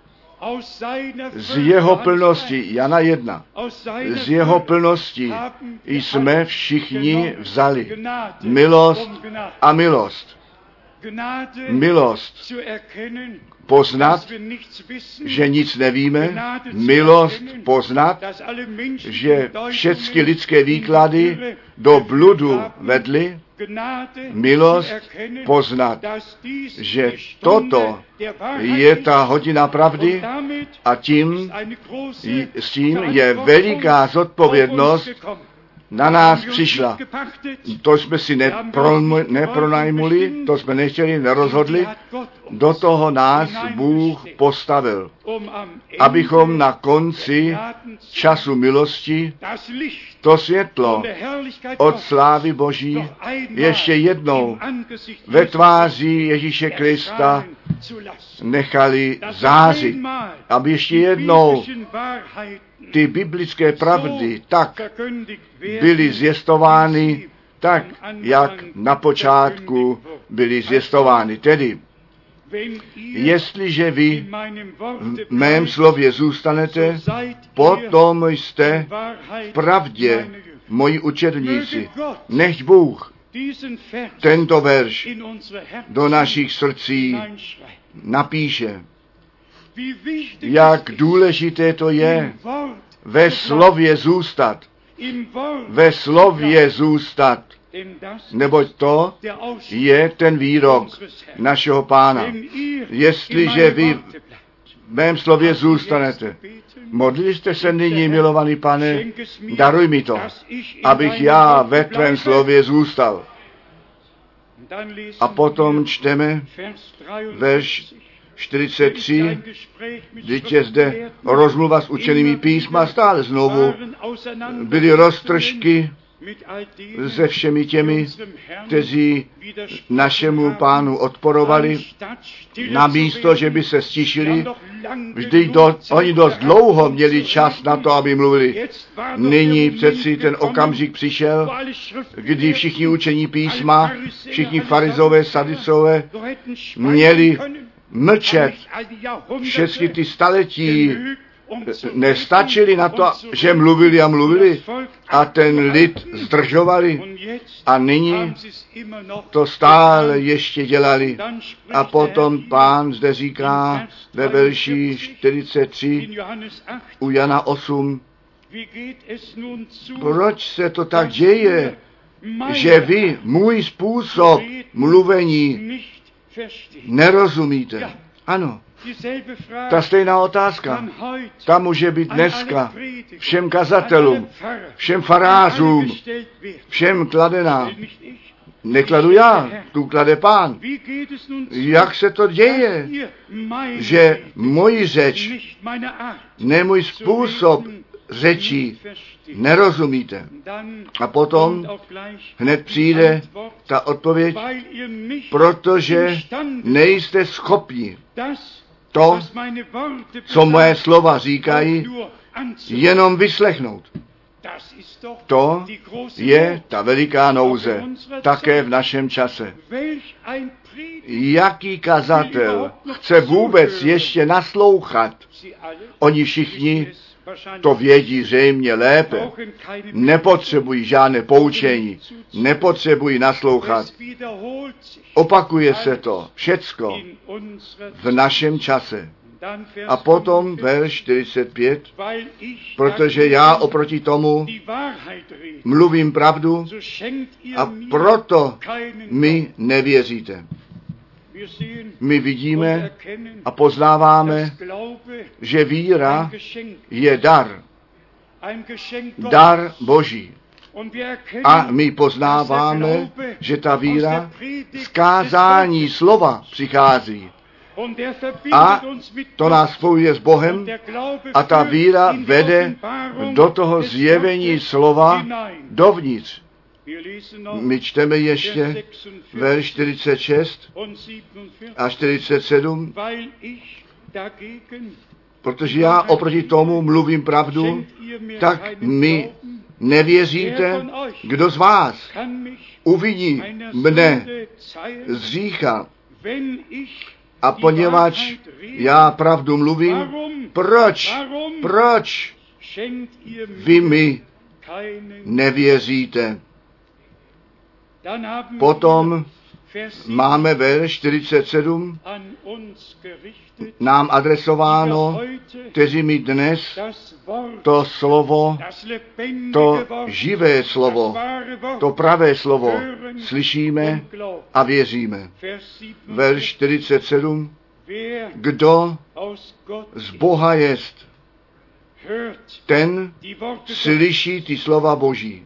Z jeho plnosti, Jana jedna, z jeho plnosti jsme všichni vzali milost a milost. Milost poznat, že nic nevíme, milost poznat, že všechny lidské výklady do bludu vedly, milost poznat, že toto je ta hodina pravdy a tím, s tím je veliká zodpovědnost na nás přišla. To jsme si nepronajmuli, to jsme nechtěli, nerozhodli, do toho nás Bůh postavil, abychom na konci času milosti to světlo od slávy Boží ještě jednou ve tváři Ježíše Krista nechali zářit, aby ještě jednou ty biblické pravdy tak byly zvěstovány, tak jak na počátku byly zvěstovány. Tedy, Jestliže vy v mém slově zůstanete, potom jste v pravdě moji učedníci. Nechť Bůh tento verš do našich srdcí napíše. Jak důležité to je ve slově zůstat. Ve slově zůstat. Neboť to je ten výrok našeho Pána. Jestliže vy v mém slově zůstanete. Modlili jste se nyní, milovaný Pane, daruj mi to, abych já ve tvém slově zůstal. A potom čteme verš čtyřicet tři, když je zde rozmluva s učenými písma, stále znovu byly roztržky se všemi těmi, kteří našemu Pánu odporovali, na místo, že by se stišili, vždyť do, oni dost dlouho měli čas na to, aby mluvili. Nyní přeci ten okamžik přišel, kdy všichni učení písma, všichni farizové, sadicové měli mlčet. Všechny ty staletí nestačili na to, že mluvili a mluvili a ten lid zdržovali a nyní to stále ještě dělali. A potom Pán zde říká ve verši čtyřicet tři u Jana osm, proč se to tak děje, že vy můj způsob mluvení nerozumíte. Ano. Ta stejná otázka, ta může být dneska všem kazatelům, všem farářům, všem kladená. Nekladu já, tu klade Pán. Jak se to děje, že moji řeč, ne můj způsob řečí, nerozumíte? A potom hned přijde ta odpověď, protože nejste schopni to, co moje slova říkají, jenom vyslechnout. To je ta veliká nouze, také v našem čase. Jaký kazatel chce vůbec ještě naslouchat? Oni všichni to vědí zřejmě lépe. Nepotřebují žádné poučení, nepotřebují naslouchat. Opakuje se to všecko v našem čase. A potom verš čtyřicet pět, protože já oproti tomu mluvím pravdu a proto mi nevěříte. My vidíme a poznáváme, že víra je dar. Dar Boží. A my poznáváme, že ta víra z kázání slova přichází. A to nás spojuje s Bohem a ta víra vede do toho zjevení slova dovnitř. My čteme ještě verš čtyřicet šest a čtyřicet sedm, protože já oproti tomu mluvím pravdu, tak mi nevěříte, kdo z vás uvidí mne z hřícha. A poněvadž já pravdu mluvím, proč, proč vy mi nevěříte? Potom máme verš čtyřicet sedm nám adresováno, kteří mi dnes to slovo, to živé slovo, to pravé slovo slyšíme a věříme. Verš čtyřicet sedm, kdo z Boha jest, ten slyší ty slova Boží.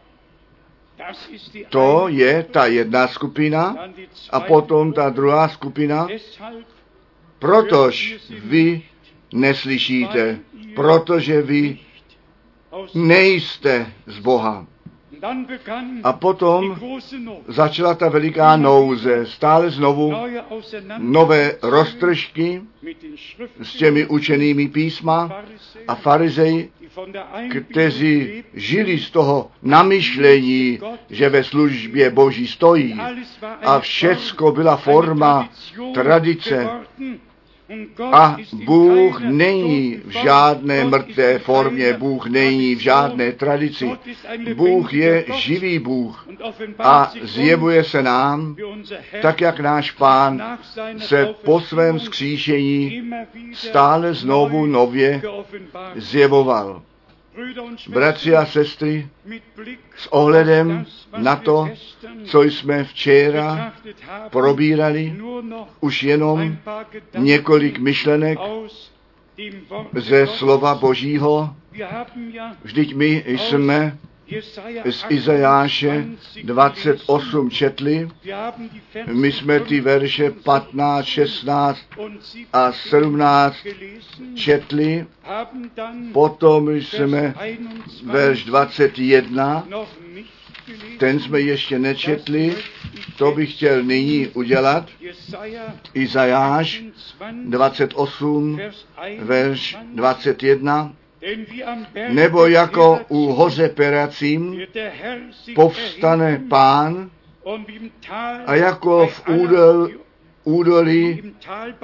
To je ta jedna skupina a potom ta druhá skupina, protože vy neslyšíte, protože vy nejste z Boha. A potom začala ta veliká nouze, stále znovu nové roztržky s těmi učenými písma a farizeji kteří žili z toho namyšlení, že ve službě Boží stojí. A všecko byla forma tradice. A Bůh není v žádné mrtvé formě, Bůh není v žádné tradici. Bůh je živý Bůh a zjevuje se nám, tak jak náš Pán se po svém vzkříšení stále znovu nově zjevoval. Bratři a sestry, s ohledem na to, co jsme včera probírali, už jenom několik myšlenek ze slova Božího. Vždyť my jsme z Izajáše dvacet osm četli, my jsme ty verše patnáct, šestnáct a sedmnáct četli, potom jsme verš dvacet jedna, ten jsme ještě nečetli, to bych chtěl nyní udělat. Izajáš dvacet osm, verš dvacet jedna. Nebo jako u hoře Peracím povstane Pán a jako v údol, údolí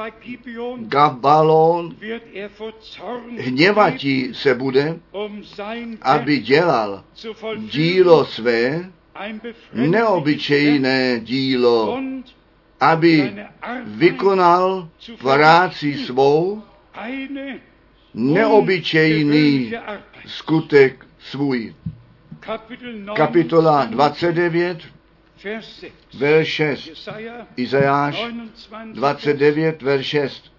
Gabalon hněvatí se bude, aby dělal dílo své, neobyčejné dílo, aby vykonal práci svou, neobyčejný skutek svůj. Kapitola dvacet devět, verš šest. Izajáš dvacet devět, verš šest.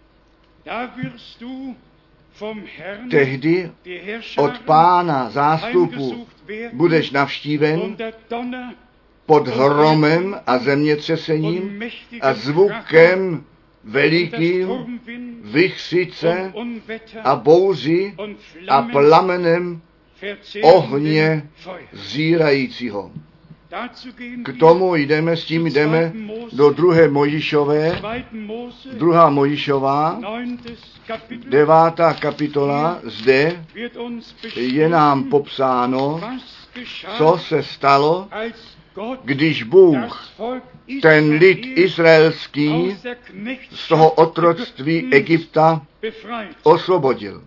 Tehdy od Pána zástupu budeš navštíven pod hromem a zemětřesením a zvukem velikým vichřice a bouři a plamenem ohně zírajícího. K tomu jdeme, s tím jdeme do druhé Mojžíšové, druhá Mojžíšová, devátá kapitola, zde je nám popsáno, co se stalo, když Bůh ten lid izraelský z toho otroctví Egypta osvobodil.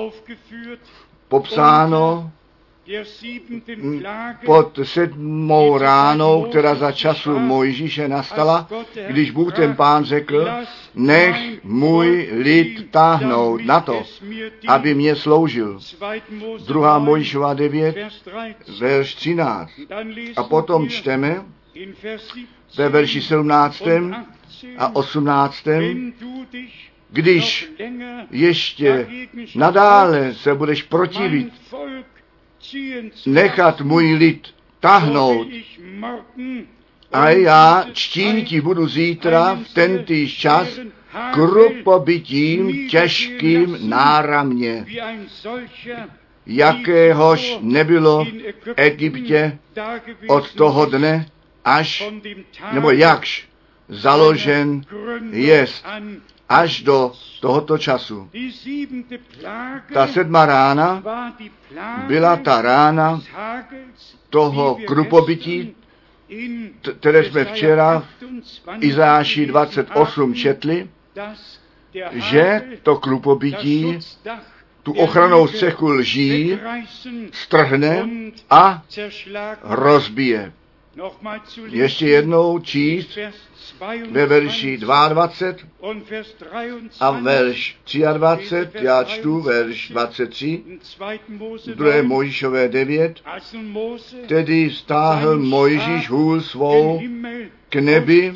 Popsáno pod sedmou ránou, která za času Mojžíše nastala, když Bůh ten Pán řekl, nech můj lid táhnout na to, aby mě sloužil. Druhá Mojžíšova devět, verš třináct. A potom čteme ve verši sedmnáctém a osmnáctém. Když ještě nadále se budeš protivit, nechat můj lid tahnout, a já čtím ti budu zítra v tentýž čas krupobytím těžkým náramně, jakéhož nebylo v Egyptě od toho dne až, nebo jakž založen jest až do tohoto času. Ta sedma rána byla ta rána toho krupobytí, které jsme včera v Izajáši dvacet osm četli, že to krupobytí tu ochranou střechu lží strhne a rozbije. Ještě jednou číst ve verši dvacet dva a verš dvacet tři, já čtu verš dvacet tři, druhé Mojžíšové devět, tedy stáhl Mojžíš hůl svou k nebi,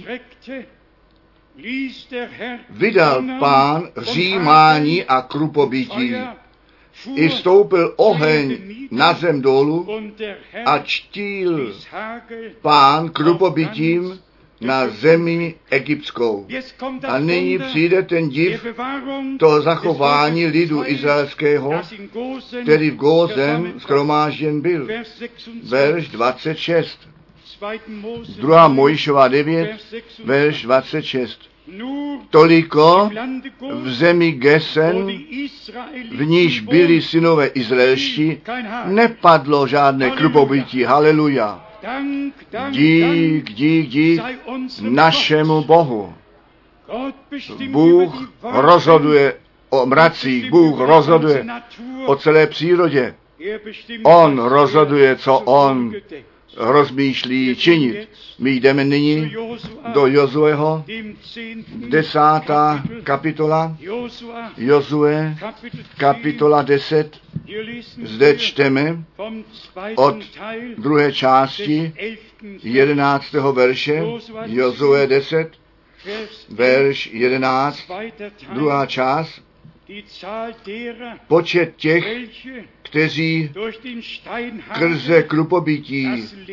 vydal Pán římání a krupobytí, i vstoupil oheň na zem dolů a čtil Pán krupobytím na zemi egyptskou. A nyní přijde ten div toho zachování lidu izraelského, který v Gózen shromážděn byl. Verš dvacet šest. Druhá Mojžíšova devět, verš dvacet šest. Toliko v zemi Gesen, v níž byli synové izraelští, nepadlo žádné krupobytí. Haleluja. Dík, dík, dík našemu Bohu. Bůh rozhoduje o mracích, Bůh rozhoduje o celé přírodě. On rozhoduje, co on rozmýšlí činit. My jdeme nyní do Jozueho, desátá kapitola, Jozue, kapitola deset. Zde čteme od druhé části jedenáctého verše, Jozue deset, verš jedenáct, druhá část. Počet těch, kteří skrze krupobytí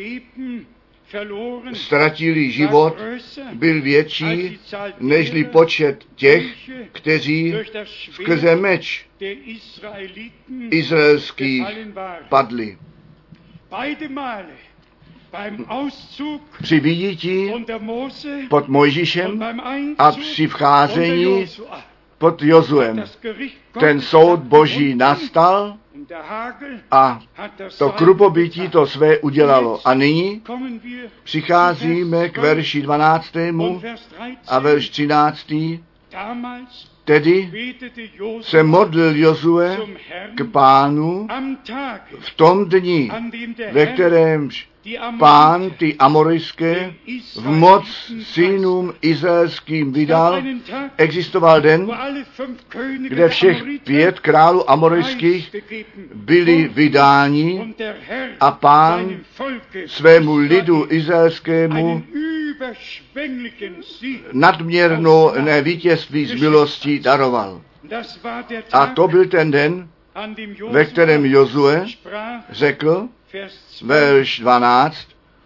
ztratili život, byl větší nežli počet těch, kteří skrze meč izraelských padli. Při výjití pod Mojžíšem a při vcházení pod Jozuem. Ten soud Boží nastal a to krupobytí to své udělalo. A nyní přicházíme k verši dvanáctému a verš třináctý. Tedy se modlil Jozue k Pánu v tom dni, ve kterémž Pán ty amorijské v moc synům izraelským vydal. Existoval den, kde všech pět králů amorijských byli vydáni a Pán svému lidu izraelskému nadměrnou vítězství z milostí daroval. A to byl ten den, ve kterém Jozue řekl, verš dvanáct,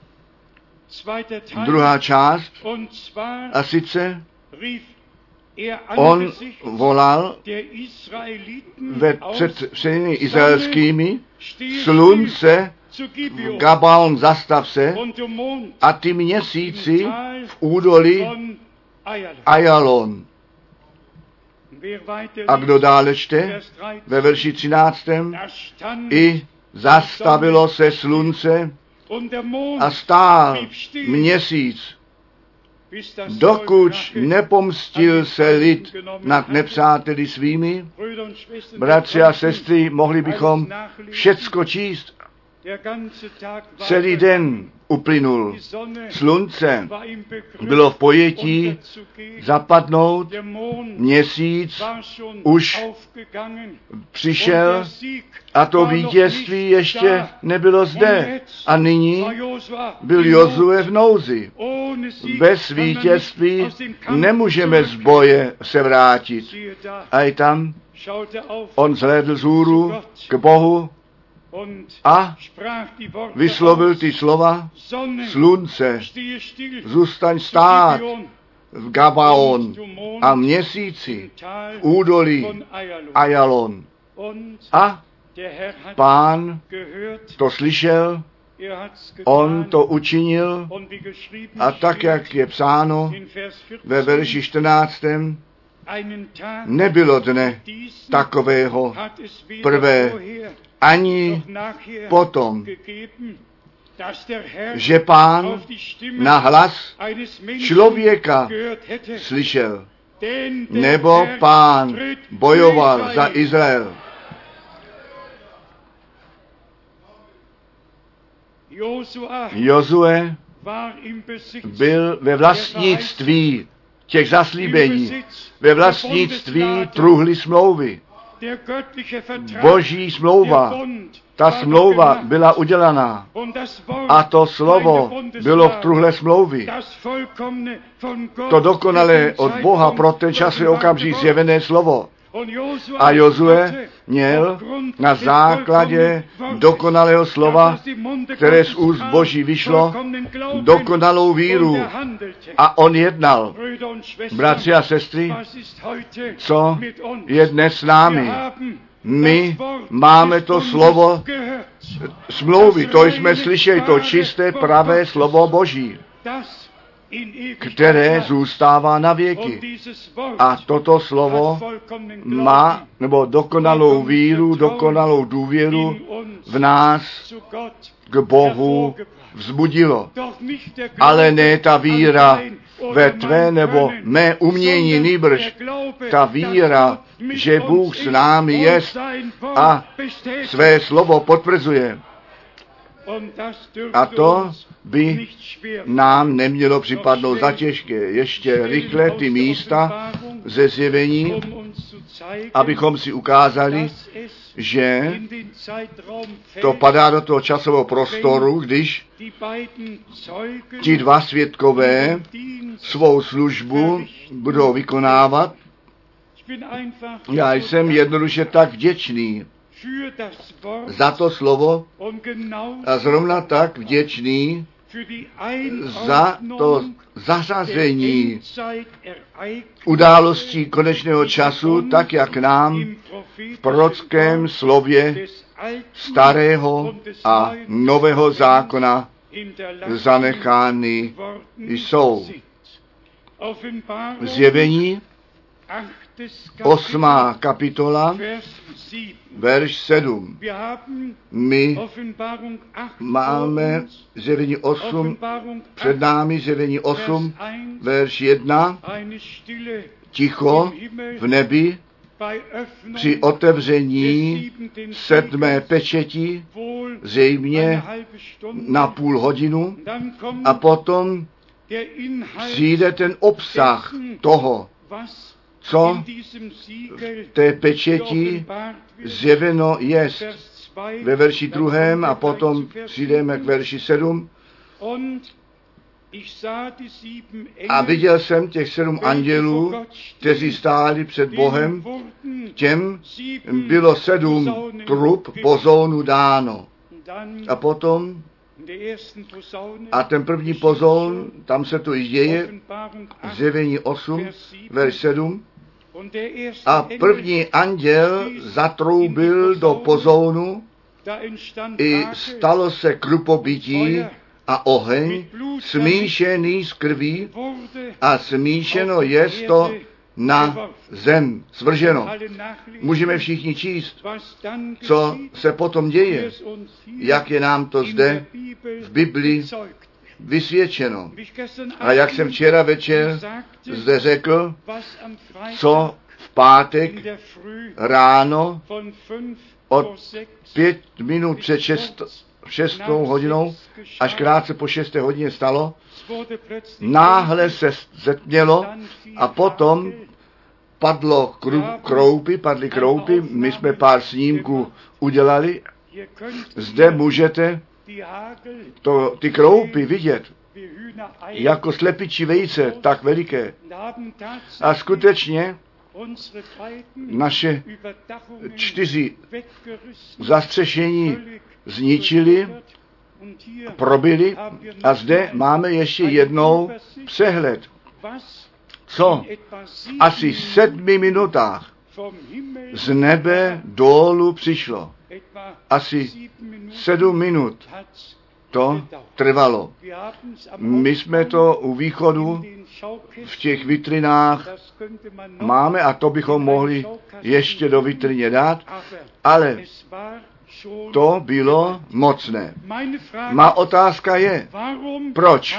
druhá část, a sice on volal ve před všemi izraelskými, slunce v Gabaon zastav se a ty měsíci v údolí Ajalon. A kdo dále čte ve verši třináctém, i zastavilo se slunce a stál měsíc, dokud nepomstil se lid nad nepřáteli svými. Bratři a sestry, mohli bychom všecko číst. Celý den uplynul. Slunce bylo v pojetí zapadnout, měsíc už přišel a to vítězství ještě nebylo zde. A nyní byl Jozue v nouzi. Bez vítězství nemůžeme z boje se vrátit. A i tam on zhlédl vzhůru k Bohu a vyslovil ty slova, slunce, zůstaň stát v Gabaon a měsíci v údolí Ajalon. A Pán to slyšel, on to učinil a tak, jak je psáno ve verši čtrnáctém, nebylo dne takového prvé ani potom, že Pán na hlas člověka slyšel, nebo Pán bojoval za Izrael. Jozue byl ve vlastnictví těch zaslíbení, ve vlastnictví truhly smlouvy. Boží smlouva, ta smlouva byla udělaná a to slovo bylo v truhle smlouvy. To dokonalé od Boha pro ten časový okamžik zjevené slovo. A Jozue měl na základě dokonalého slova, které z úst Boží vyšlo, dokonalou víru. A on jednal. Bratři a sestry, co je dnes s námi? My máme to slovo smlouvy, to jsme slyšeli, to čisté, pravé slovo Boží. které zůstává na věky. A toto slovo má, nebo dokonalou víru, dokonalou důvěru v nás k Bohu vzbudilo. Ale ne ta víra ve tvé nebo mé umění, nýbrž ta víra, že Bůh s námi jest a své slovo potvrzuje. A to by nám nemělo připadnout za těžké. Ještě rychle ty místa ze zjevení, abychom si ukázali, že to padá do toho časového prostoru, když ti dva svědkové svou službu budou vykonávat. Já jsem jednoduše tak vděčný za to slovo a zrovna tak vděčný za to zařazení událostí konečného času, tak jak nám v prorockém slově starého a nového zákona zanechány jsou. Zjevení osmá kapitola, verš sedm. My máme zjevení osm, před námi zjevení osm, verš jedna. Ticho v nebi při otevření sedmé pečeti, zřejmě na půl hodinu, a potom přijde ten obsah toho, co v té pečeti zjeveno jest ve verši druhém, a potom přijdeme k verši sedm. A viděl jsem těch sedm andělů, kteří stáli před Bohem, těm bylo sedm trub pozónu dáno. A potom a ten první pozón, tam se to již děje, zjevení osm, verš sedm. A první anděl zatroubil do pozónu, i stalo se krupobytí a oheň, smíšený s krví, a smíšeno jest to na zem, svrženo. Můžeme všichni číst, co se potom děje, jak je nám to zde v Biblii vysvědčeno. A jak jsem včera večer zde řekl, co v pátek ráno od pět minut před šest, šestou hodinou až krátce po šesté hodině stalo, náhle se zetmělo a potom padlo kru, kroupy, padly kroupy, my jsme pár snímků udělali. Zde můžete to, ty kroupy vidět jako slepičí vejce, tak veliké. A skutečně naše čtyři zastřešení zničili, probili, a zde máme ještě jednou přehled, co v asi sedmi minutách z nebe dolů přišlo. Asi sedm minut to trvalo. My jsme to u východu v těch vitrinách máme, a to bychom mohli ještě do vitrině dát, ale to bylo mocné. Má otázka je, proč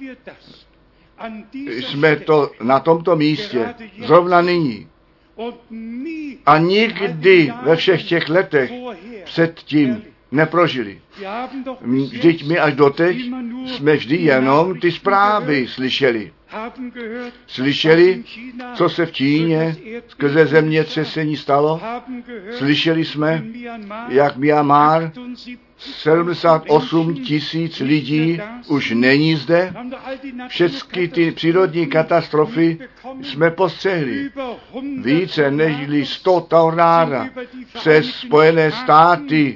jsme to na tomto místě zrovna nyní a nikdy ve všech těch letech předtím neprožili. Vždyť my až doteď jsme vždy jenom ty zprávy slyšeli. Slyšeli, co se v Číně skrze zemětřesení stalo. Slyšeli jsme, jak Myanmar sedmdesát osm tisíc lidí už není zde. Všechny ty přírodní katastrofy jsme postřehli. Více než sto tornáda přes Spojené státy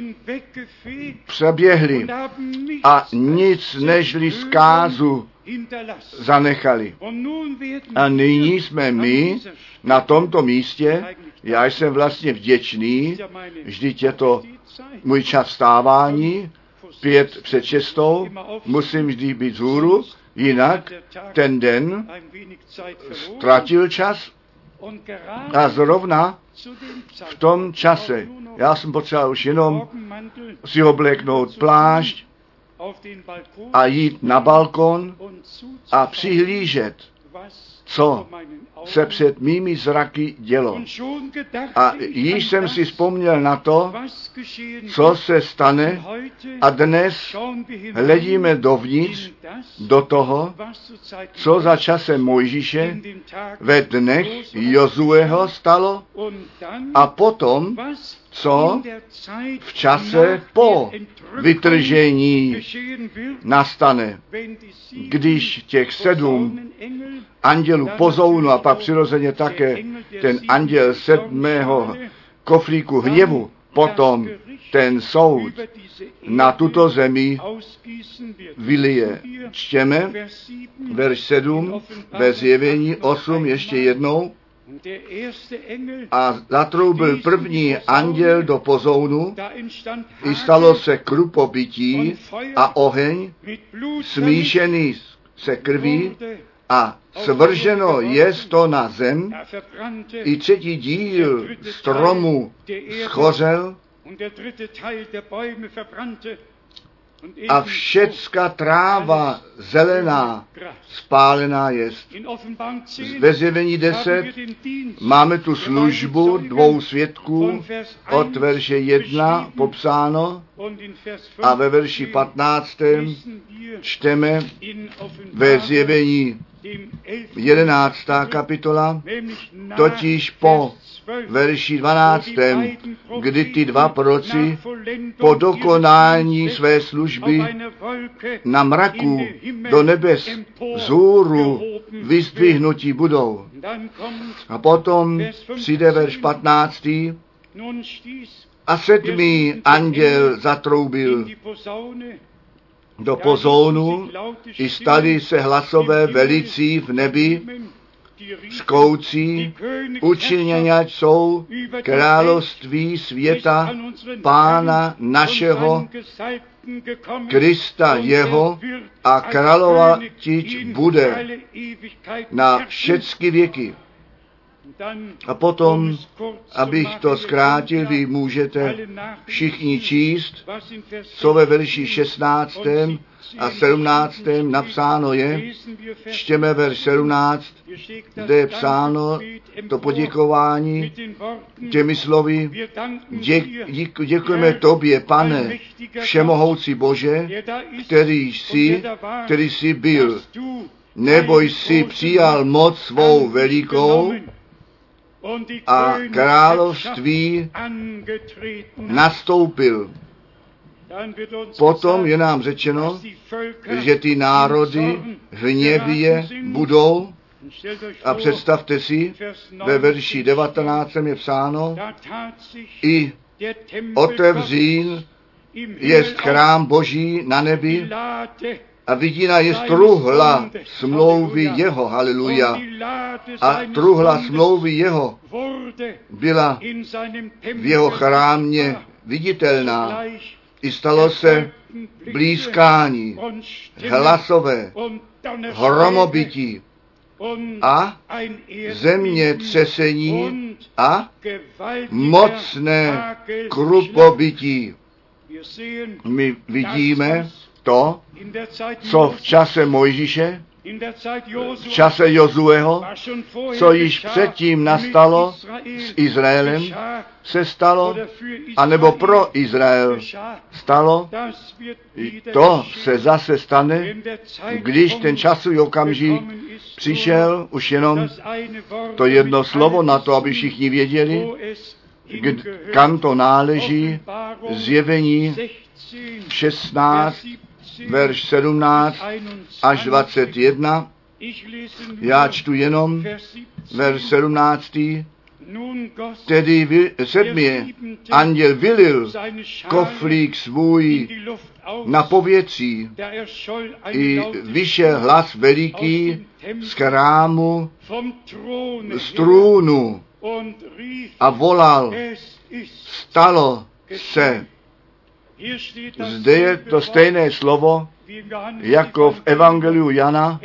přeběhli a nic nežli zkázu zanechali. A nyní jsme my na tomto místě. Já jsem vlastně vděčný, vždyť je to můj čas vstávání, pět před šestou, musím vždy být vzhůru, Jinak ten den ztratil čas a zrovna v tom čase já jsem potřeboval už jenom si obléknout plášť a jít na balkon a přihlížet, co se před mými zraky dělo. A již jsem si vzpomněl na to, co se stane, a dnes hledíme dovnitř do toho, co za časem Mojžíše ve dnech Jozueho stalo, a potom, co v čase po vytržení nastane, když těch sedm andělů pozounu a pak přirozeně také ten anděl sedmého koflíku hněvu potom ten soud na tuto zemi vylije. Čtěme verš sedm ve Zjevení osm ještě jednou. A zatroubil první anděl do pozounu, i stalo se krupobytí a oheň smíšený se krví a svrženo jest to na zem, i třetí díl stromu schořel a všecka tráva zelená spálená jest. Ve Zjevení deset máme tu službu dvou svědků od verše jedna popsáno a ve verši patnáctém čteme ve Zjevení jedenáctá kapitola, totiž po verši dvanáctém, kdy ty dva proroci po dokonání své služby na mraku do nebes vzhůru vyzdvihnutí budou. A potom přijde verš patnáctý. A sedmý anděl zatroubil do pozounu, i stali se hlasové velicí v nebi, škoucí, učiněňať jsou království světa Pána našeho, Krista jeho, a královatič bude na všecky věky. A potom, abych to zkrátil, vy můžete všichni číst, co ve verši šestnáctém a sedmnáctém napsáno je. Čtěme verš sedmnáct, kde je psáno to poděkování těmi slovy: Děk, dík, děkujeme tobě, Pane, všemohoucí Bože, který jsi, který jsi byl, nebo jsi přijal moc svou velikou a království nastoupil. Potom je nám řečeno, že ty národy hněvě budou, a představte si, ve verši devatenáctém je psáno, i otevřín jest chrám Boží na nebi, a vidina je truhla smlouvy jeho, haleluja. A truhla smlouvy jeho byla v jeho chrámě viditelná. I stalo se blízkání, hlasové, hromobytí a země třesení a mocné krupobytí. My vidíme to, co v čase Mojžíše, v čase Jozueho, co již předtím nastalo s Izraelem, se stalo, anebo pro Izrael stalo, to se zase stane, když ten časový okamžik přišel, už jenom to jedno slovo na to, aby všichni věděli, kam to náleží, Zjevení šestnáct, verš sedmnáct až dvacet jedna. Já čtu jenom verš sedmnáctý. Tedy sedmý anděl vylil koflík svůj na povětří, i vyšel hlas veliký z chrámu, z trůnu, a volal: stalo se. Zde je to stejné slovo, jako v Evangeliu Jana,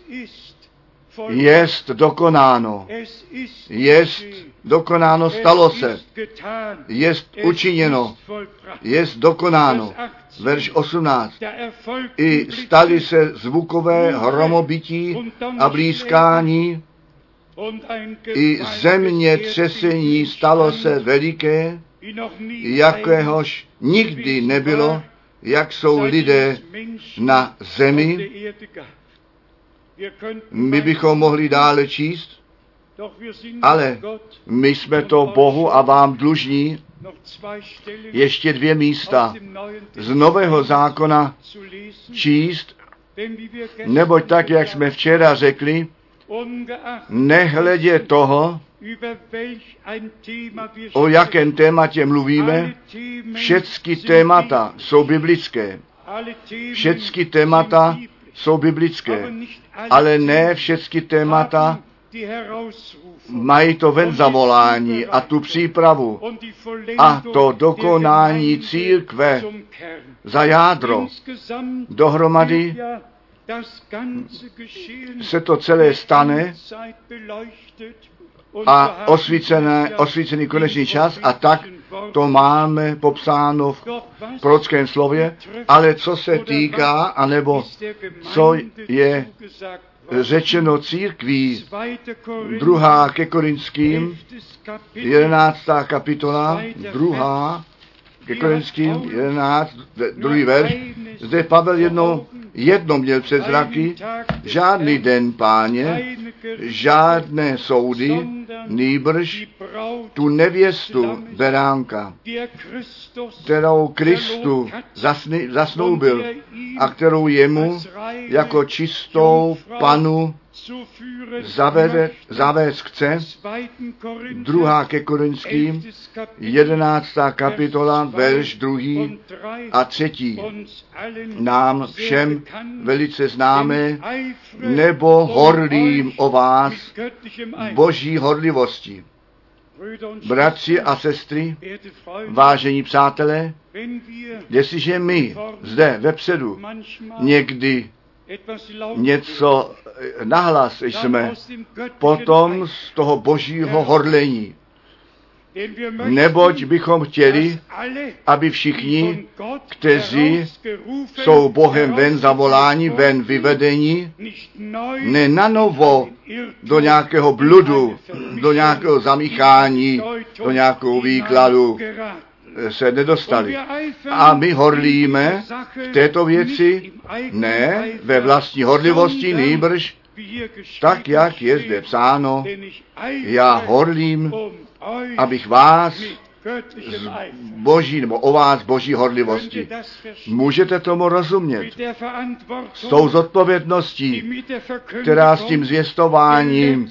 jest dokonáno, jest dokonáno, stalo se, jest učiněno, jest dokonáno. Verš osmnáct. I staly se zvukové hromobytí a blízkání, i země třesení stalo se veliké, jakéhož nikdy nebylo, jak jsou lidé na zemi. My bychom mohli dále číst, ale my jsme to Bohu a vám dlužní ještě dvě místa z Nového zákona číst, neboť tak, jak jsme včera řekli, nehledě toho, o jakém tématě mluvíme, všechny témata jsou biblické. Všechny témata jsou biblické, ale ne všechny témata mají to ven zavolání a tu přípravu a to dokonání církve za jádro. Dohromady se to celé stane a osvícené, osvícený konečný čas a tak to máme popsáno v prorockém slově, ale co se týká, anebo co je řečeno církví, druhá ke Korinským, jedenáctá kapitola, druhá ke Korinským, jedenáct, druhý verš, zde Pavel jednou, jednou měl před zraky, žádný den, Páně, žádné soudy, nýbrž tu nevěstu beránka, kterou Kristu zasny, zasnoubil a kterou jemu jako čistou panu zavede, zavést chce. Druhá ke Korinským, jedenáctá kapitola, verš druhý a třetí. Nám všem velice známé, nebo horlím o vás boží horlivosti. Bratři a sestry, vážení přátelé, jestliže my zde vepředu někdy něco nahlas jsme, potom z toho božího horlení. Neboť bychom chtěli, aby všichni, kteří jsou Bohem ven zavoláni, ven vyvedeni, ne na novo do nějakého bludu, do nějakého zamíchání, do nějakého výkladu se nedostali. A my horlíme v této věci ne ve vlastní horlivosti, nýbrž tak, jak je zde psáno, já horlím, abych vás z boží, nebo o vás boží horlivosti. Můžete tomu rozumět? S tou zodpovědností, která s tím zvěstováním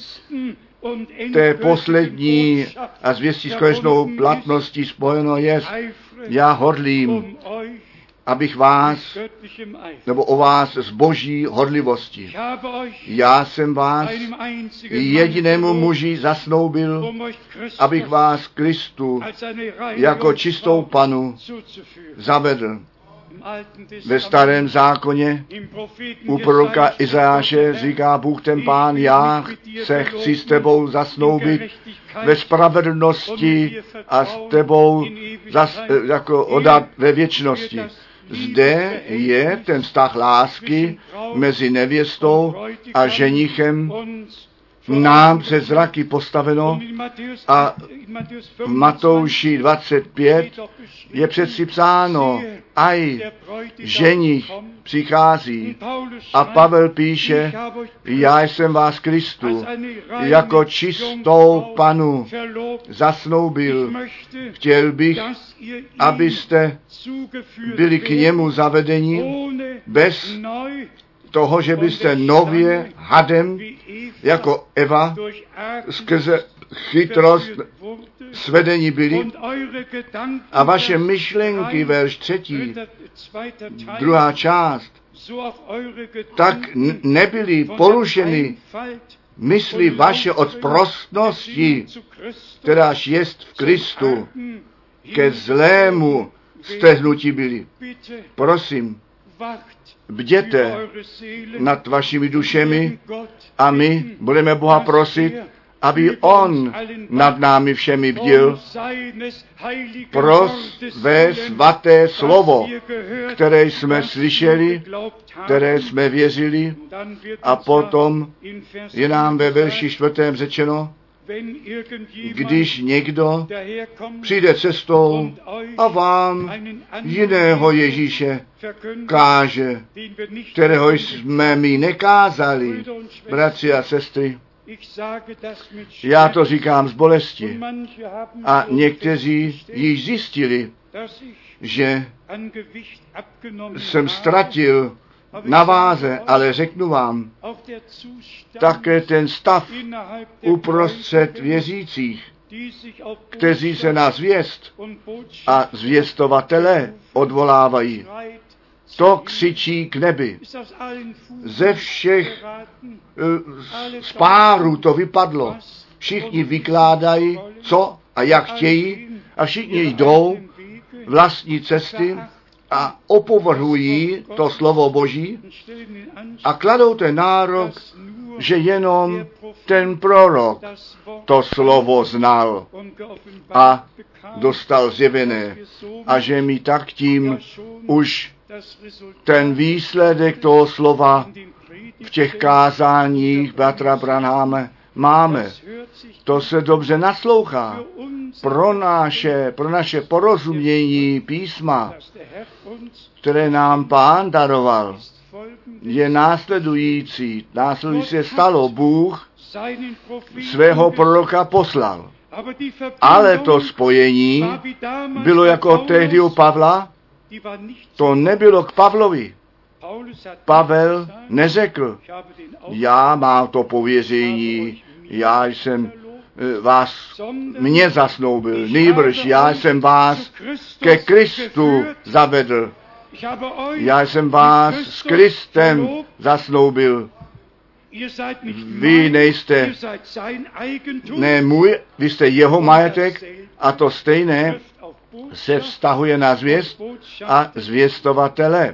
té poslední a zvěstí s konečnou platností spojeno je, já horlím, abych vás, nebo o vás z boží horlivosti. Já jsem vás jedinému muži zasnoubil, abych vás Kristu jako čistou panu zavedl. Ve starém zákoně u proroka Izajáše říká Bůh ten Pán, já se chci s tebou zasnoubit ve spravedlnosti a s tebou zas, jako odat ve věčnosti. Zde je ten vztah lásky mezi nevěstou a ženichem nám před zraky postaveno a v Matouši dvacet pět je přeci psáno, aj ženich přichází. A Pavel píše, já jsem vás Kristu jako čistou panu zasnoubil. Chtěl bych, abyste byli k němu zavedeni bez toho, že byste nově hadem jako Eva skrze chytrost svedení byli a vaše myšlenky, verš třetí, druhá část, tak nebyly porušeny mysli vaše od prostnosti, kteráž jest v Kristu, ke zlému stehnutí byli. Prosím, bděte nad vašimi dušemi a my budeme Boha prosit, aby On nad námi všemi bdil pro své svaté slovo, které jsme slyšeli, které jsme věřili, a potom je nám ve verši čtvrtém řečeno, když někdo přijde cestou a vám jiného Ježíše káže, kterého jsme mi nekázali, bratři a sestry, já to říkám z bolesti. A někteří již zjistili, že jsem ztratil na váze, ale řeknu vám, také ten stav uprostřed věřících, kteří se na zvěst a zvěstovatele odvolávají. To křičí k nebi. Ze všech z párů to vypadlo. Všichni vykládají, co a jak chtějí, a všichni jdou vlastní cesty a opovrhují to slovo Boží a kladou ten nárok, že jenom ten prorok to slovo znal a dostal zjevené a že my tak tím už ten výsledek toho slova v těch kázáních bratra Branhama máme. To se dobře naslouchá. Pro naše, pro naše porozumění písma, které nám Pán daroval, je následující. Následující se stalo. Bůh svého proroka poslal. Ale to spojení bylo jako tehdy u Pavla, to nebylo k Pavlovi. Pavel neřekl, já mám to pověření, já jsem vás, mě zasnoubil, nýbrž já jsem vás ke Kristu zavedl. Já jsem vás s Kristem zasnoubil. Vy nejste ne můj, vy jste jeho majetek a to stejné se vztahuje na zvěst a zvěstovatele.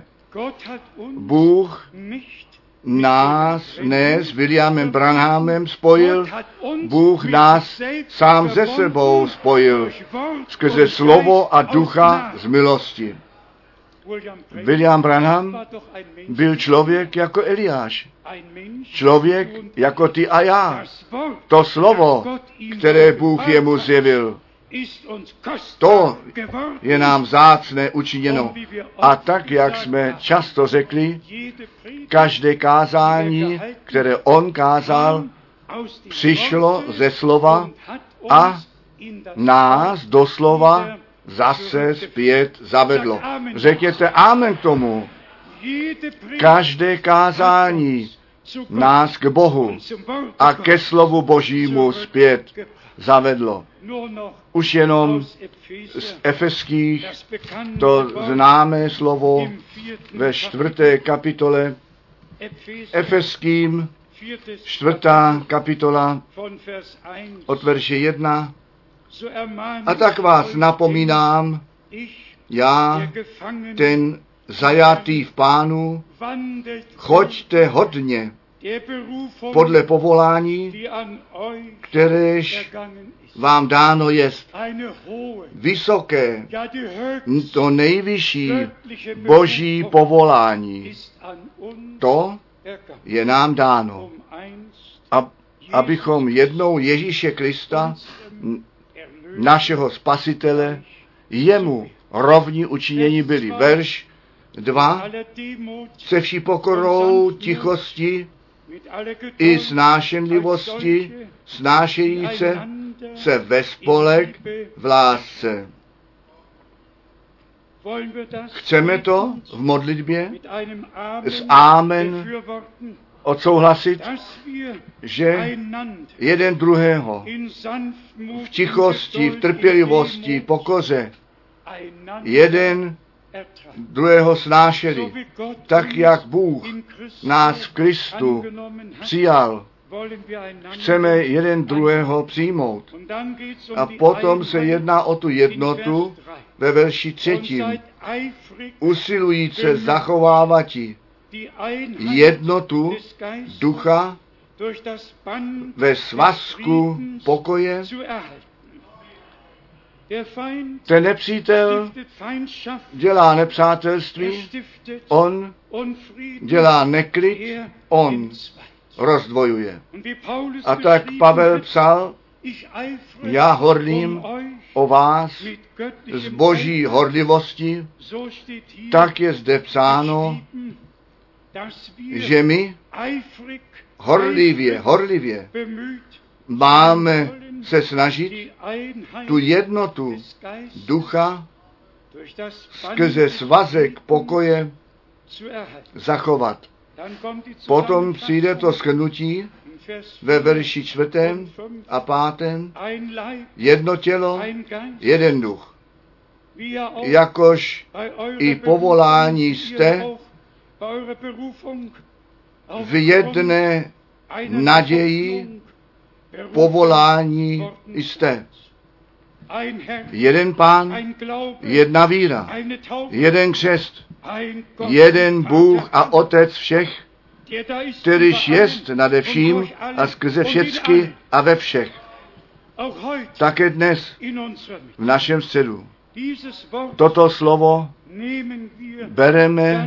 Bůh nás ne s Williamem Branhamem spojil, Bůh nás sám se sebou spojil skrze slovo a ducha z milosti. William Branham byl člověk jako Eliáš, člověk jako ty a já. To slovo, které Bůh jemu zjevil, to je nám vzácné učiněno. A tak, jak jsme často řekli, každé kázání, které on kázal, přišlo ze slova a nás doslova zase zpět zavedlo. Řekněte amen k tomu. Každé kázání nás k Bohu a ke slovu Božímu zpět zavedlo. Už jenom z Efeských to známé slovo ve čtvrté kapitole, Efeským čtvrtá kapitola od verše jedna. A tak vás napomínám, já, ten zajatý v Pánu, choďte hodně podle povolání, kteréž vám dáno jest, vysoké, to nejvyšší boží povolání. To je nám dáno, a, abychom jednou Ježíše Krista, našeho spasitele, jemu rovní učinění byli. Verš dva. Se vší pokorou, tichosti i snášenlivosti snášejíce se ve spolek v lásce. Chceme to v modlitbě s amen odsouhlasit, že jeden druhého v tichosti, v trpělivosti, pokoře, jeden druhého snášeli, tak jak Bůh nás v Kristu přijal. Chceme jeden druhého přijmout. A potom se jedná o tu jednotu ve verši třetím. usilujíce zachovávati jednotu ducha ve svazku pokoje. Ten nepřítel dělá nepřátelství, on dělá neklid, on rozdvojuje. A tak Pavel psal, já horlím o vás z boží horlivosti, tak je zde psáno, že my horlivě, horlivě máme se snažit tu jednotu ducha skrze svazek pokoje zachovat. Potom přijde to shrnutí ve verši čtvrtém a pátém. Jedno tělo, jeden duch. Jakož i povolání jste v jedné naději povolání jste. Jeden Pán, jedna víra, jeden křest, jeden Bůh a Otec všech, kterýž jest nade vším a skrze všecky a ve všech. Také dnes v našem středu. Toto slovo bereme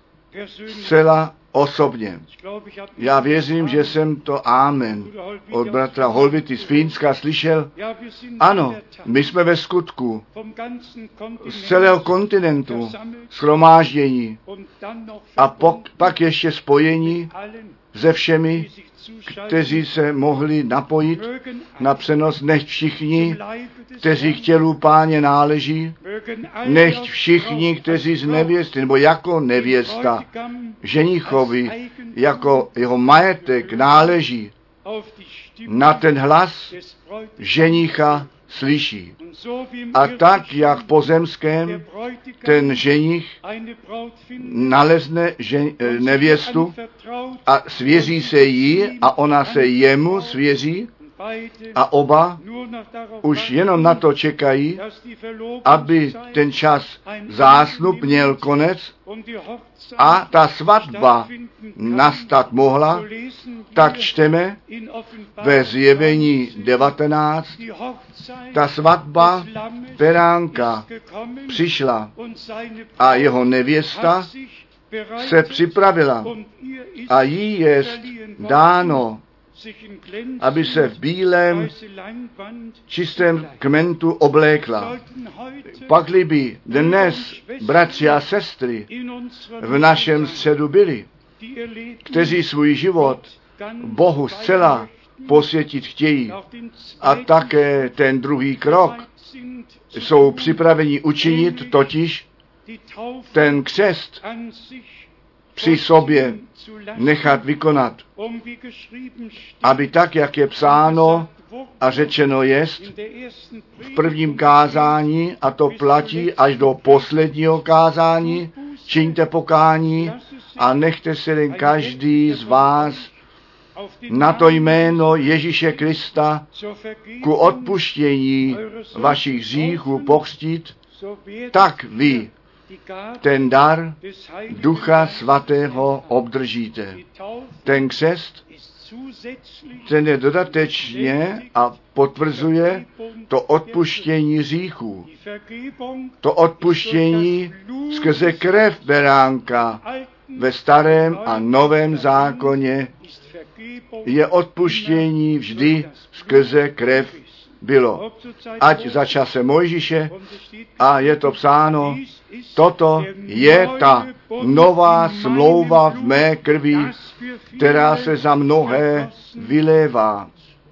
zcela osobně. Já věřím, že jsem to amen od bratra Holvity z Fínska slyšel. Ano, my jsme ve skutku z celého kontinentu shromáždění a pok, pak ještě spojení se všemi, kteří se mohli napojit na přenos, nechť všichni, kteří k tělu Páně náleží, nechť všichni, kteří z nevěsty, nebo jako nevěsta, ženichovi, jako jeho majetek náleží, na ten hlas ženicha slyší. A tak, jak v pozemském ten ženich nalezne žen, nevěstu a svěří se jí a ona se jemu svěří a oba už jenom na to čekají, aby ten čas zásnub měl konec a ta svatba nastat mohla, tak čteme ve Zjevení devatenáct, ta svatba beránka přišla a jeho nevěsta se připravila a jí jest dáno, aby se v bílém čistém kmentu oblékla. Pakli by dnes bratři a sestry v našem středu byli, kteří svůj život Bohu zcela posvětit chtějí a také ten druhý krok jsou připraveni učinit, totiž ten křest při sobě nechat vykonat, aby tak, jak je psáno a řečeno jest v prvním kázání, a to platí až do posledního kázání, čiňte pokání a nechte se jen každý z vás na to jméno Ježíše Krista ku odpuštění vašich hříchů pokřtít, tak vy ten dar Ducha Svatého obdržíte. Ten křest, ten je dodatečně a potvrzuje to odpuštění hříchů. To odpuštění skrze krev beránka ve starém a novém zákoně je odpuštění vždy skrze krev bylo. Ať za čase Mojžíše, a je to psáno, toto je ta nová smlouva v mé krvi, která se za mnohé vylévá.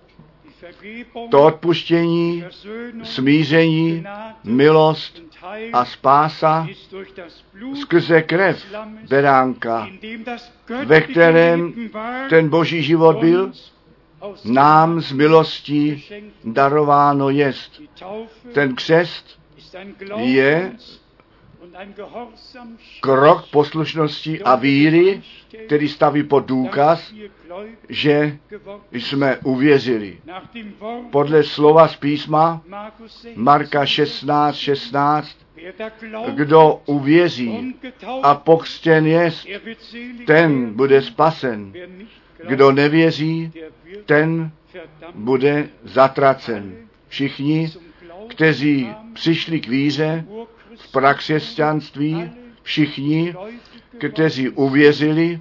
To odpuštění, smíření, milost a spása skrze krev beránka, ve kterém ten boží život byl, nám z milostí darováno jest. Ten křest je krok poslušnosti a víry, který staví pod důkaz, že jsme uvěřili. Podle slova z písma Marka šestnáct šestnáct Kdo uvěří a pokřtěn jest, ten bude spasen. Kdo nevěří, ten bude zatracen. Všichni, kteří přišli k víře v prakřesťanství, všichni, kteří uvěřili,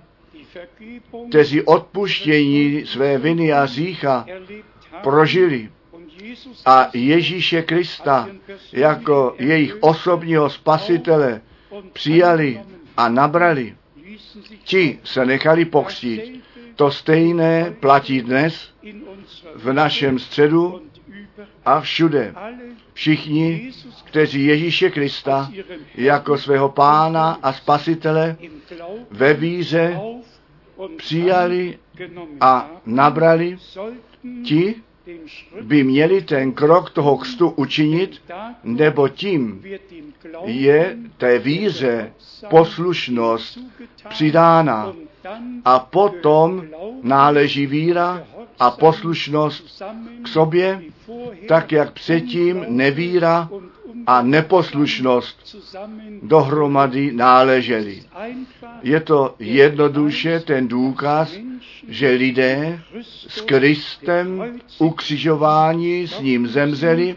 kteří odpuštění své viny a hřícha prožili a Ježíše Krista jako jejich osobního spasitele přijali a nabrali, ti se nechali pokřtít. To stejné platí dnes v našem středu a všude. Všichni, kteří Ježíše Krista jako svého pána a spasitele ve víře přijali a nabrali, ti by měli ten krok toho křtu učinit, nebo tím je té víře poslušnost přidána. A potom náleží víra a poslušnost k sobě, tak jak předtím nevíra a neposlušnost dohromady náležely. Je to jednoduše ten důkaz, že lidé s Kristem ukřižování s ním zemřeli,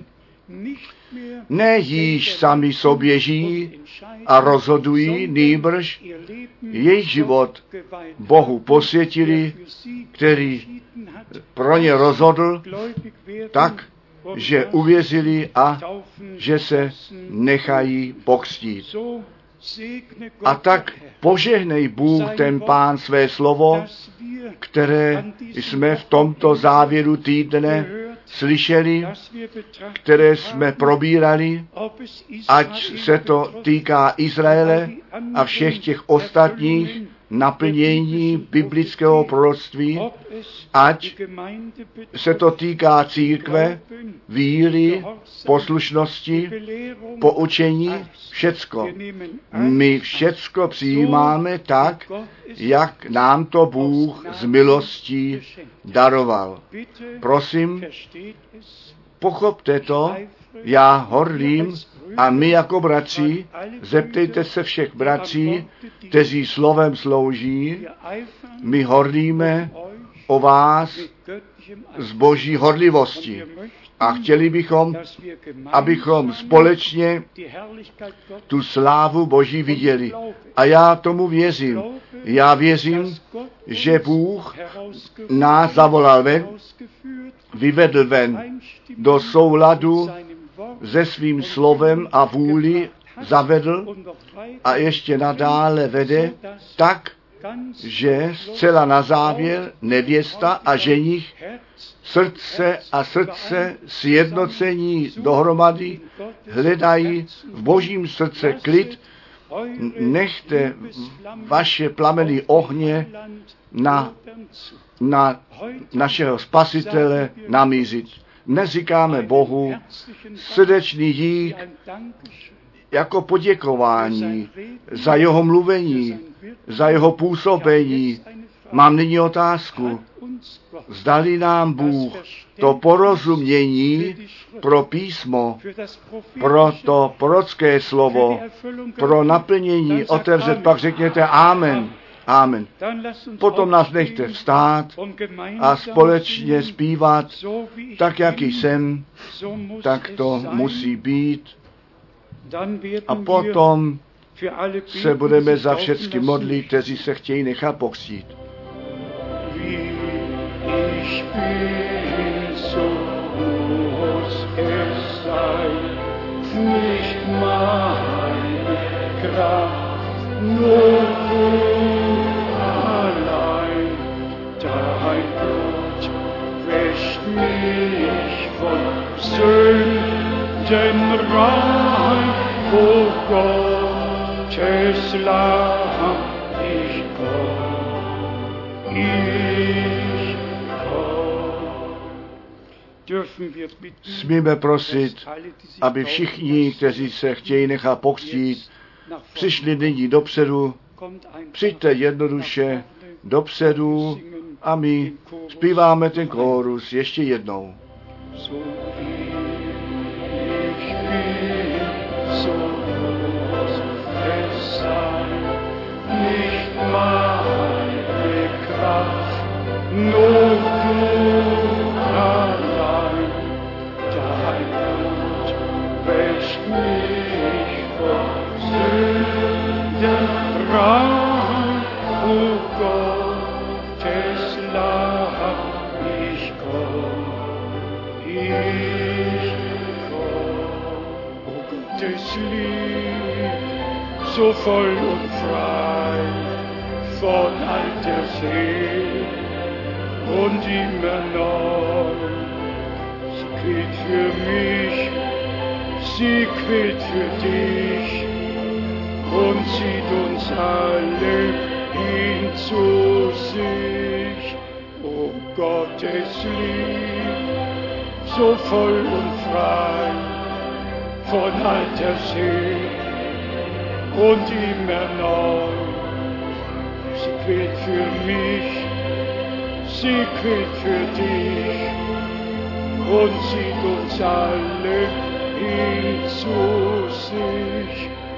ne již sami sobě žijí a rozhodují, nýbrž jejich život Bohu posvětili, který pro ně rozhodl tak, že uvěřili a že se nechají pokřtít. A tak požehnej Bůh ten Pán své slovo, které jsme v tomto závěru týdne slyšeli, které jsme probírali, ať se to týká Izraele a všech těch ostatních naplnění biblického proroctví, ať se to týká církve, víry, poslušnosti, poučení, všecko. My všecko přijímáme tak, jak nám to Bůh z milostí daroval. Prosím, pochopte to, já horlím a my jako bratři, zeptejte se všech bratří, kteří slovem slouží, my horlíme o vás z boží horlivosti. A chtěli bychom, abychom společně tu slávu Boží viděli. A já tomu věřím. Já věřím, že Bůh nás zavolal ven, vyvedl ven do souladu se svým slovem a vůli zavedl a ještě nadále vede tak, že zcela na závěr nevěsta a ženich srdce a srdce sjednocení dohromady hledají v Božím srdce klid. Nechte vaše plameny ohně na, na našeho Spasitele namířit. Dnes říkáme Bohu srdečný dík jako poděkování za jeho mluvení, za jeho působení. Mám nyní otázku. Zdali nám Bůh to porozumění pro písmo, pro to prorocké slovo, pro naplnění otevřet, pak řekněte amen. Amen. Potom nás nechte vstát a společně zpívat, tak jak jsem, tak to musí být. A potom se budeme za všechny modlit, kteří se chtějí nechat pokřtít. Ich bin so groß, es sei nicht meine Kraft, nur du allein. Dein Blut wäscht mich von Sünden rein, o Gottes Lamm, ich komm, ich Smíme prosit, aby všichni, kteří se chtějí nechat pokřtít, přišli nyní dopředu, přijďte jednoduše dopředu a my zpíváme ten kórus ještě jednou. So ich bin so Löscht mich von Sünden rein, o Gottes Lamm, ich komm, ich komm. O Gottes Lieb, so voll und frei, von alter See und immer neu. Sie quält für mich, sie quält für dich und zieht uns alle hin zu sich. O Gottes Lieb, so voll und frei, von alter See und immer neu. Sie quält für mich, sie quält für dich und zieht uns alle hin zu sich.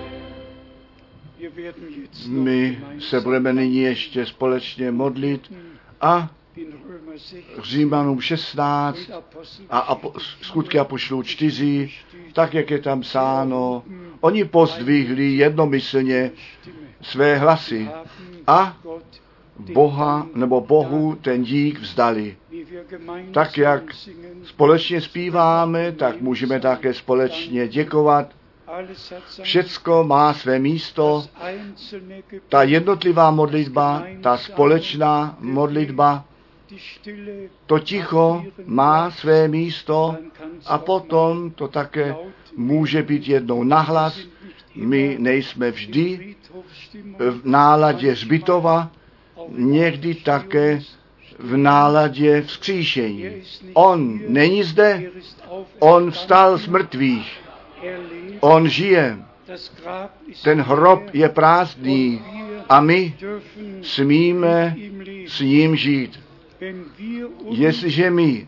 My se budeme nyní ještě společně modlit a Římanům šestnáct a apo- skutky apoštolů čtyři, tak jak je tam psáno, oni pozdvihli jednomyslně své hlasy a Boha nebo Bohu ten dík vzdali. Tak jak společně zpíváme, tak můžeme také společně děkovat. Všecko má své místo, ta jednotlivá modlitba, ta společná modlitba, to ticho má své místo a potom to také může být jednou nahlas. My nejsme vždy v náladě hřbitova, někdy také v náladě vzkříšení. On není zde, on vstal z mrtvých, on žije, ten hrob je prázdný a my smíme s ním žít. Jestliže my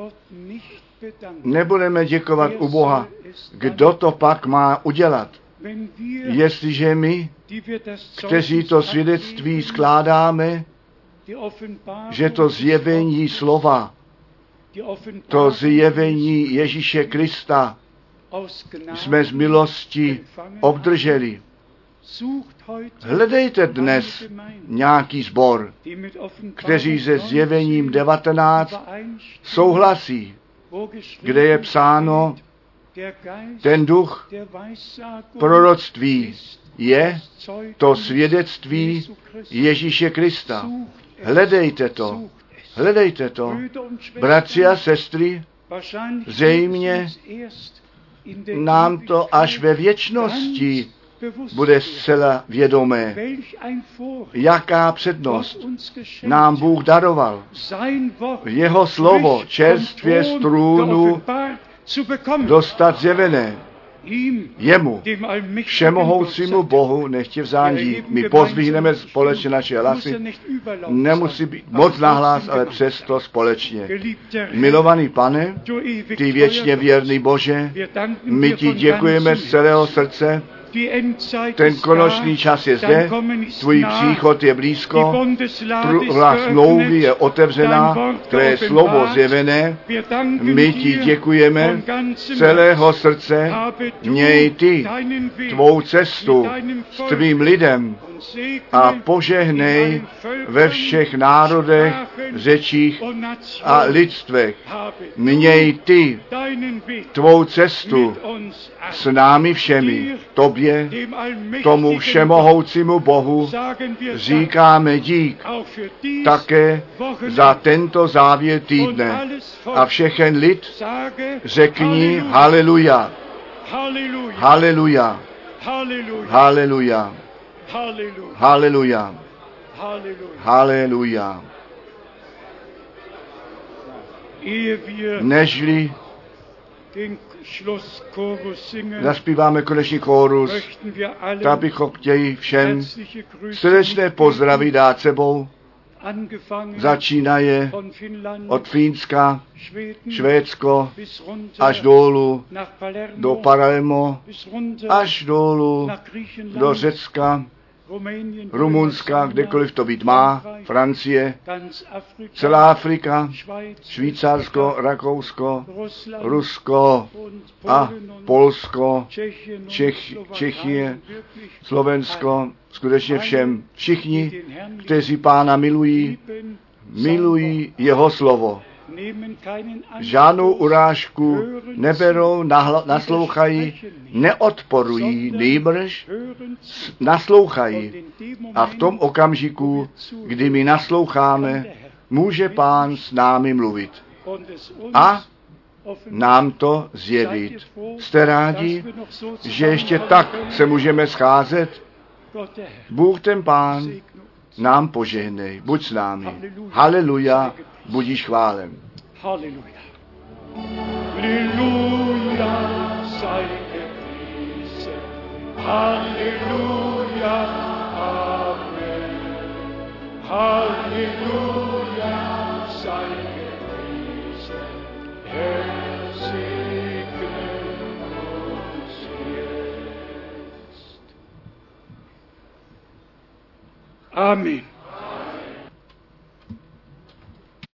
nebudeme děkovat u Boha, kdo to pak má udělat? Jestliže my, kteří to svědectví skládáme, že to zjevení slova, to zjevení Ježíše Krista jsme z milosti obdrželi. Hledejte dnes nějaký sbor, kteří se zjevením devatenáct souhlasí, kde je psáno, ten duch proroctví je to svědectví Ježíše Krista. Hledejte to, hledejte to. Bratři a sestry, zřejmě nám to až ve věčnosti bude zcela vědomé, jaká přednost nám Bůh daroval. Jeho slovo čerstvě z trůnu dostat zjevené. Jemu, všemohoucímu Bohu, nechtě vzándí. My pozdvihneme společně naše hlasy. Nemusí být moc nahlas, ale přesto společně. Milovaný Pane, ty věčně věrný Bože, my ti děkujeme z celého srdce. Ten konečný čas je zde, tvůj příchod je blízko, truhla smlouvy je otevřená, které je slovo zjevené. My ti děkujeme z celého srdce, měj ty tvou cestu s tvým lidem a požehnej ve všech národech, řečích a lidstvech. Měj ty tvou cestu s námi všemi, tobě, tomu všemohoucímu Bohu, říkáme dík také za tento závěr týdne. A všechen lid řekni haleluja, haleluja, haleluja, haleluja, haleluja. Nežli zaspíváme konečný kórus, tak bychom chtěli všem srdečné pozdraví dát sebou. Začínaje od Fínska, Švédsko, až dolů do Palermo, až dolů do Řecka, Rumunska, kdekoliv to být má, Francie, celá Afrika, Švýcarsko, Rakousko, Rusko a Polsko, Čech, Čechy, Slovensko, skutečně všem, všichni, kteří Pána milují, milují jeho slovo. Žádnou urážku neberou, nahla, naslouchají, neodporují, nýbrž naslouchají. A v tom okamžiku, kdy my nasloucháme, může Pán s námi mluvit. A nám to zjevit. Jste rádi, že ještě tak se můžeme scházet? Bůh ten Pán nám požehnej. Buď s námi. Haleluja, budíš chválen. Halleluja. Halleluja, sei gepriesen. Halleluja, Amen. Halleluja, sei gepriesen. Herr, segne uns jetzt. Amen.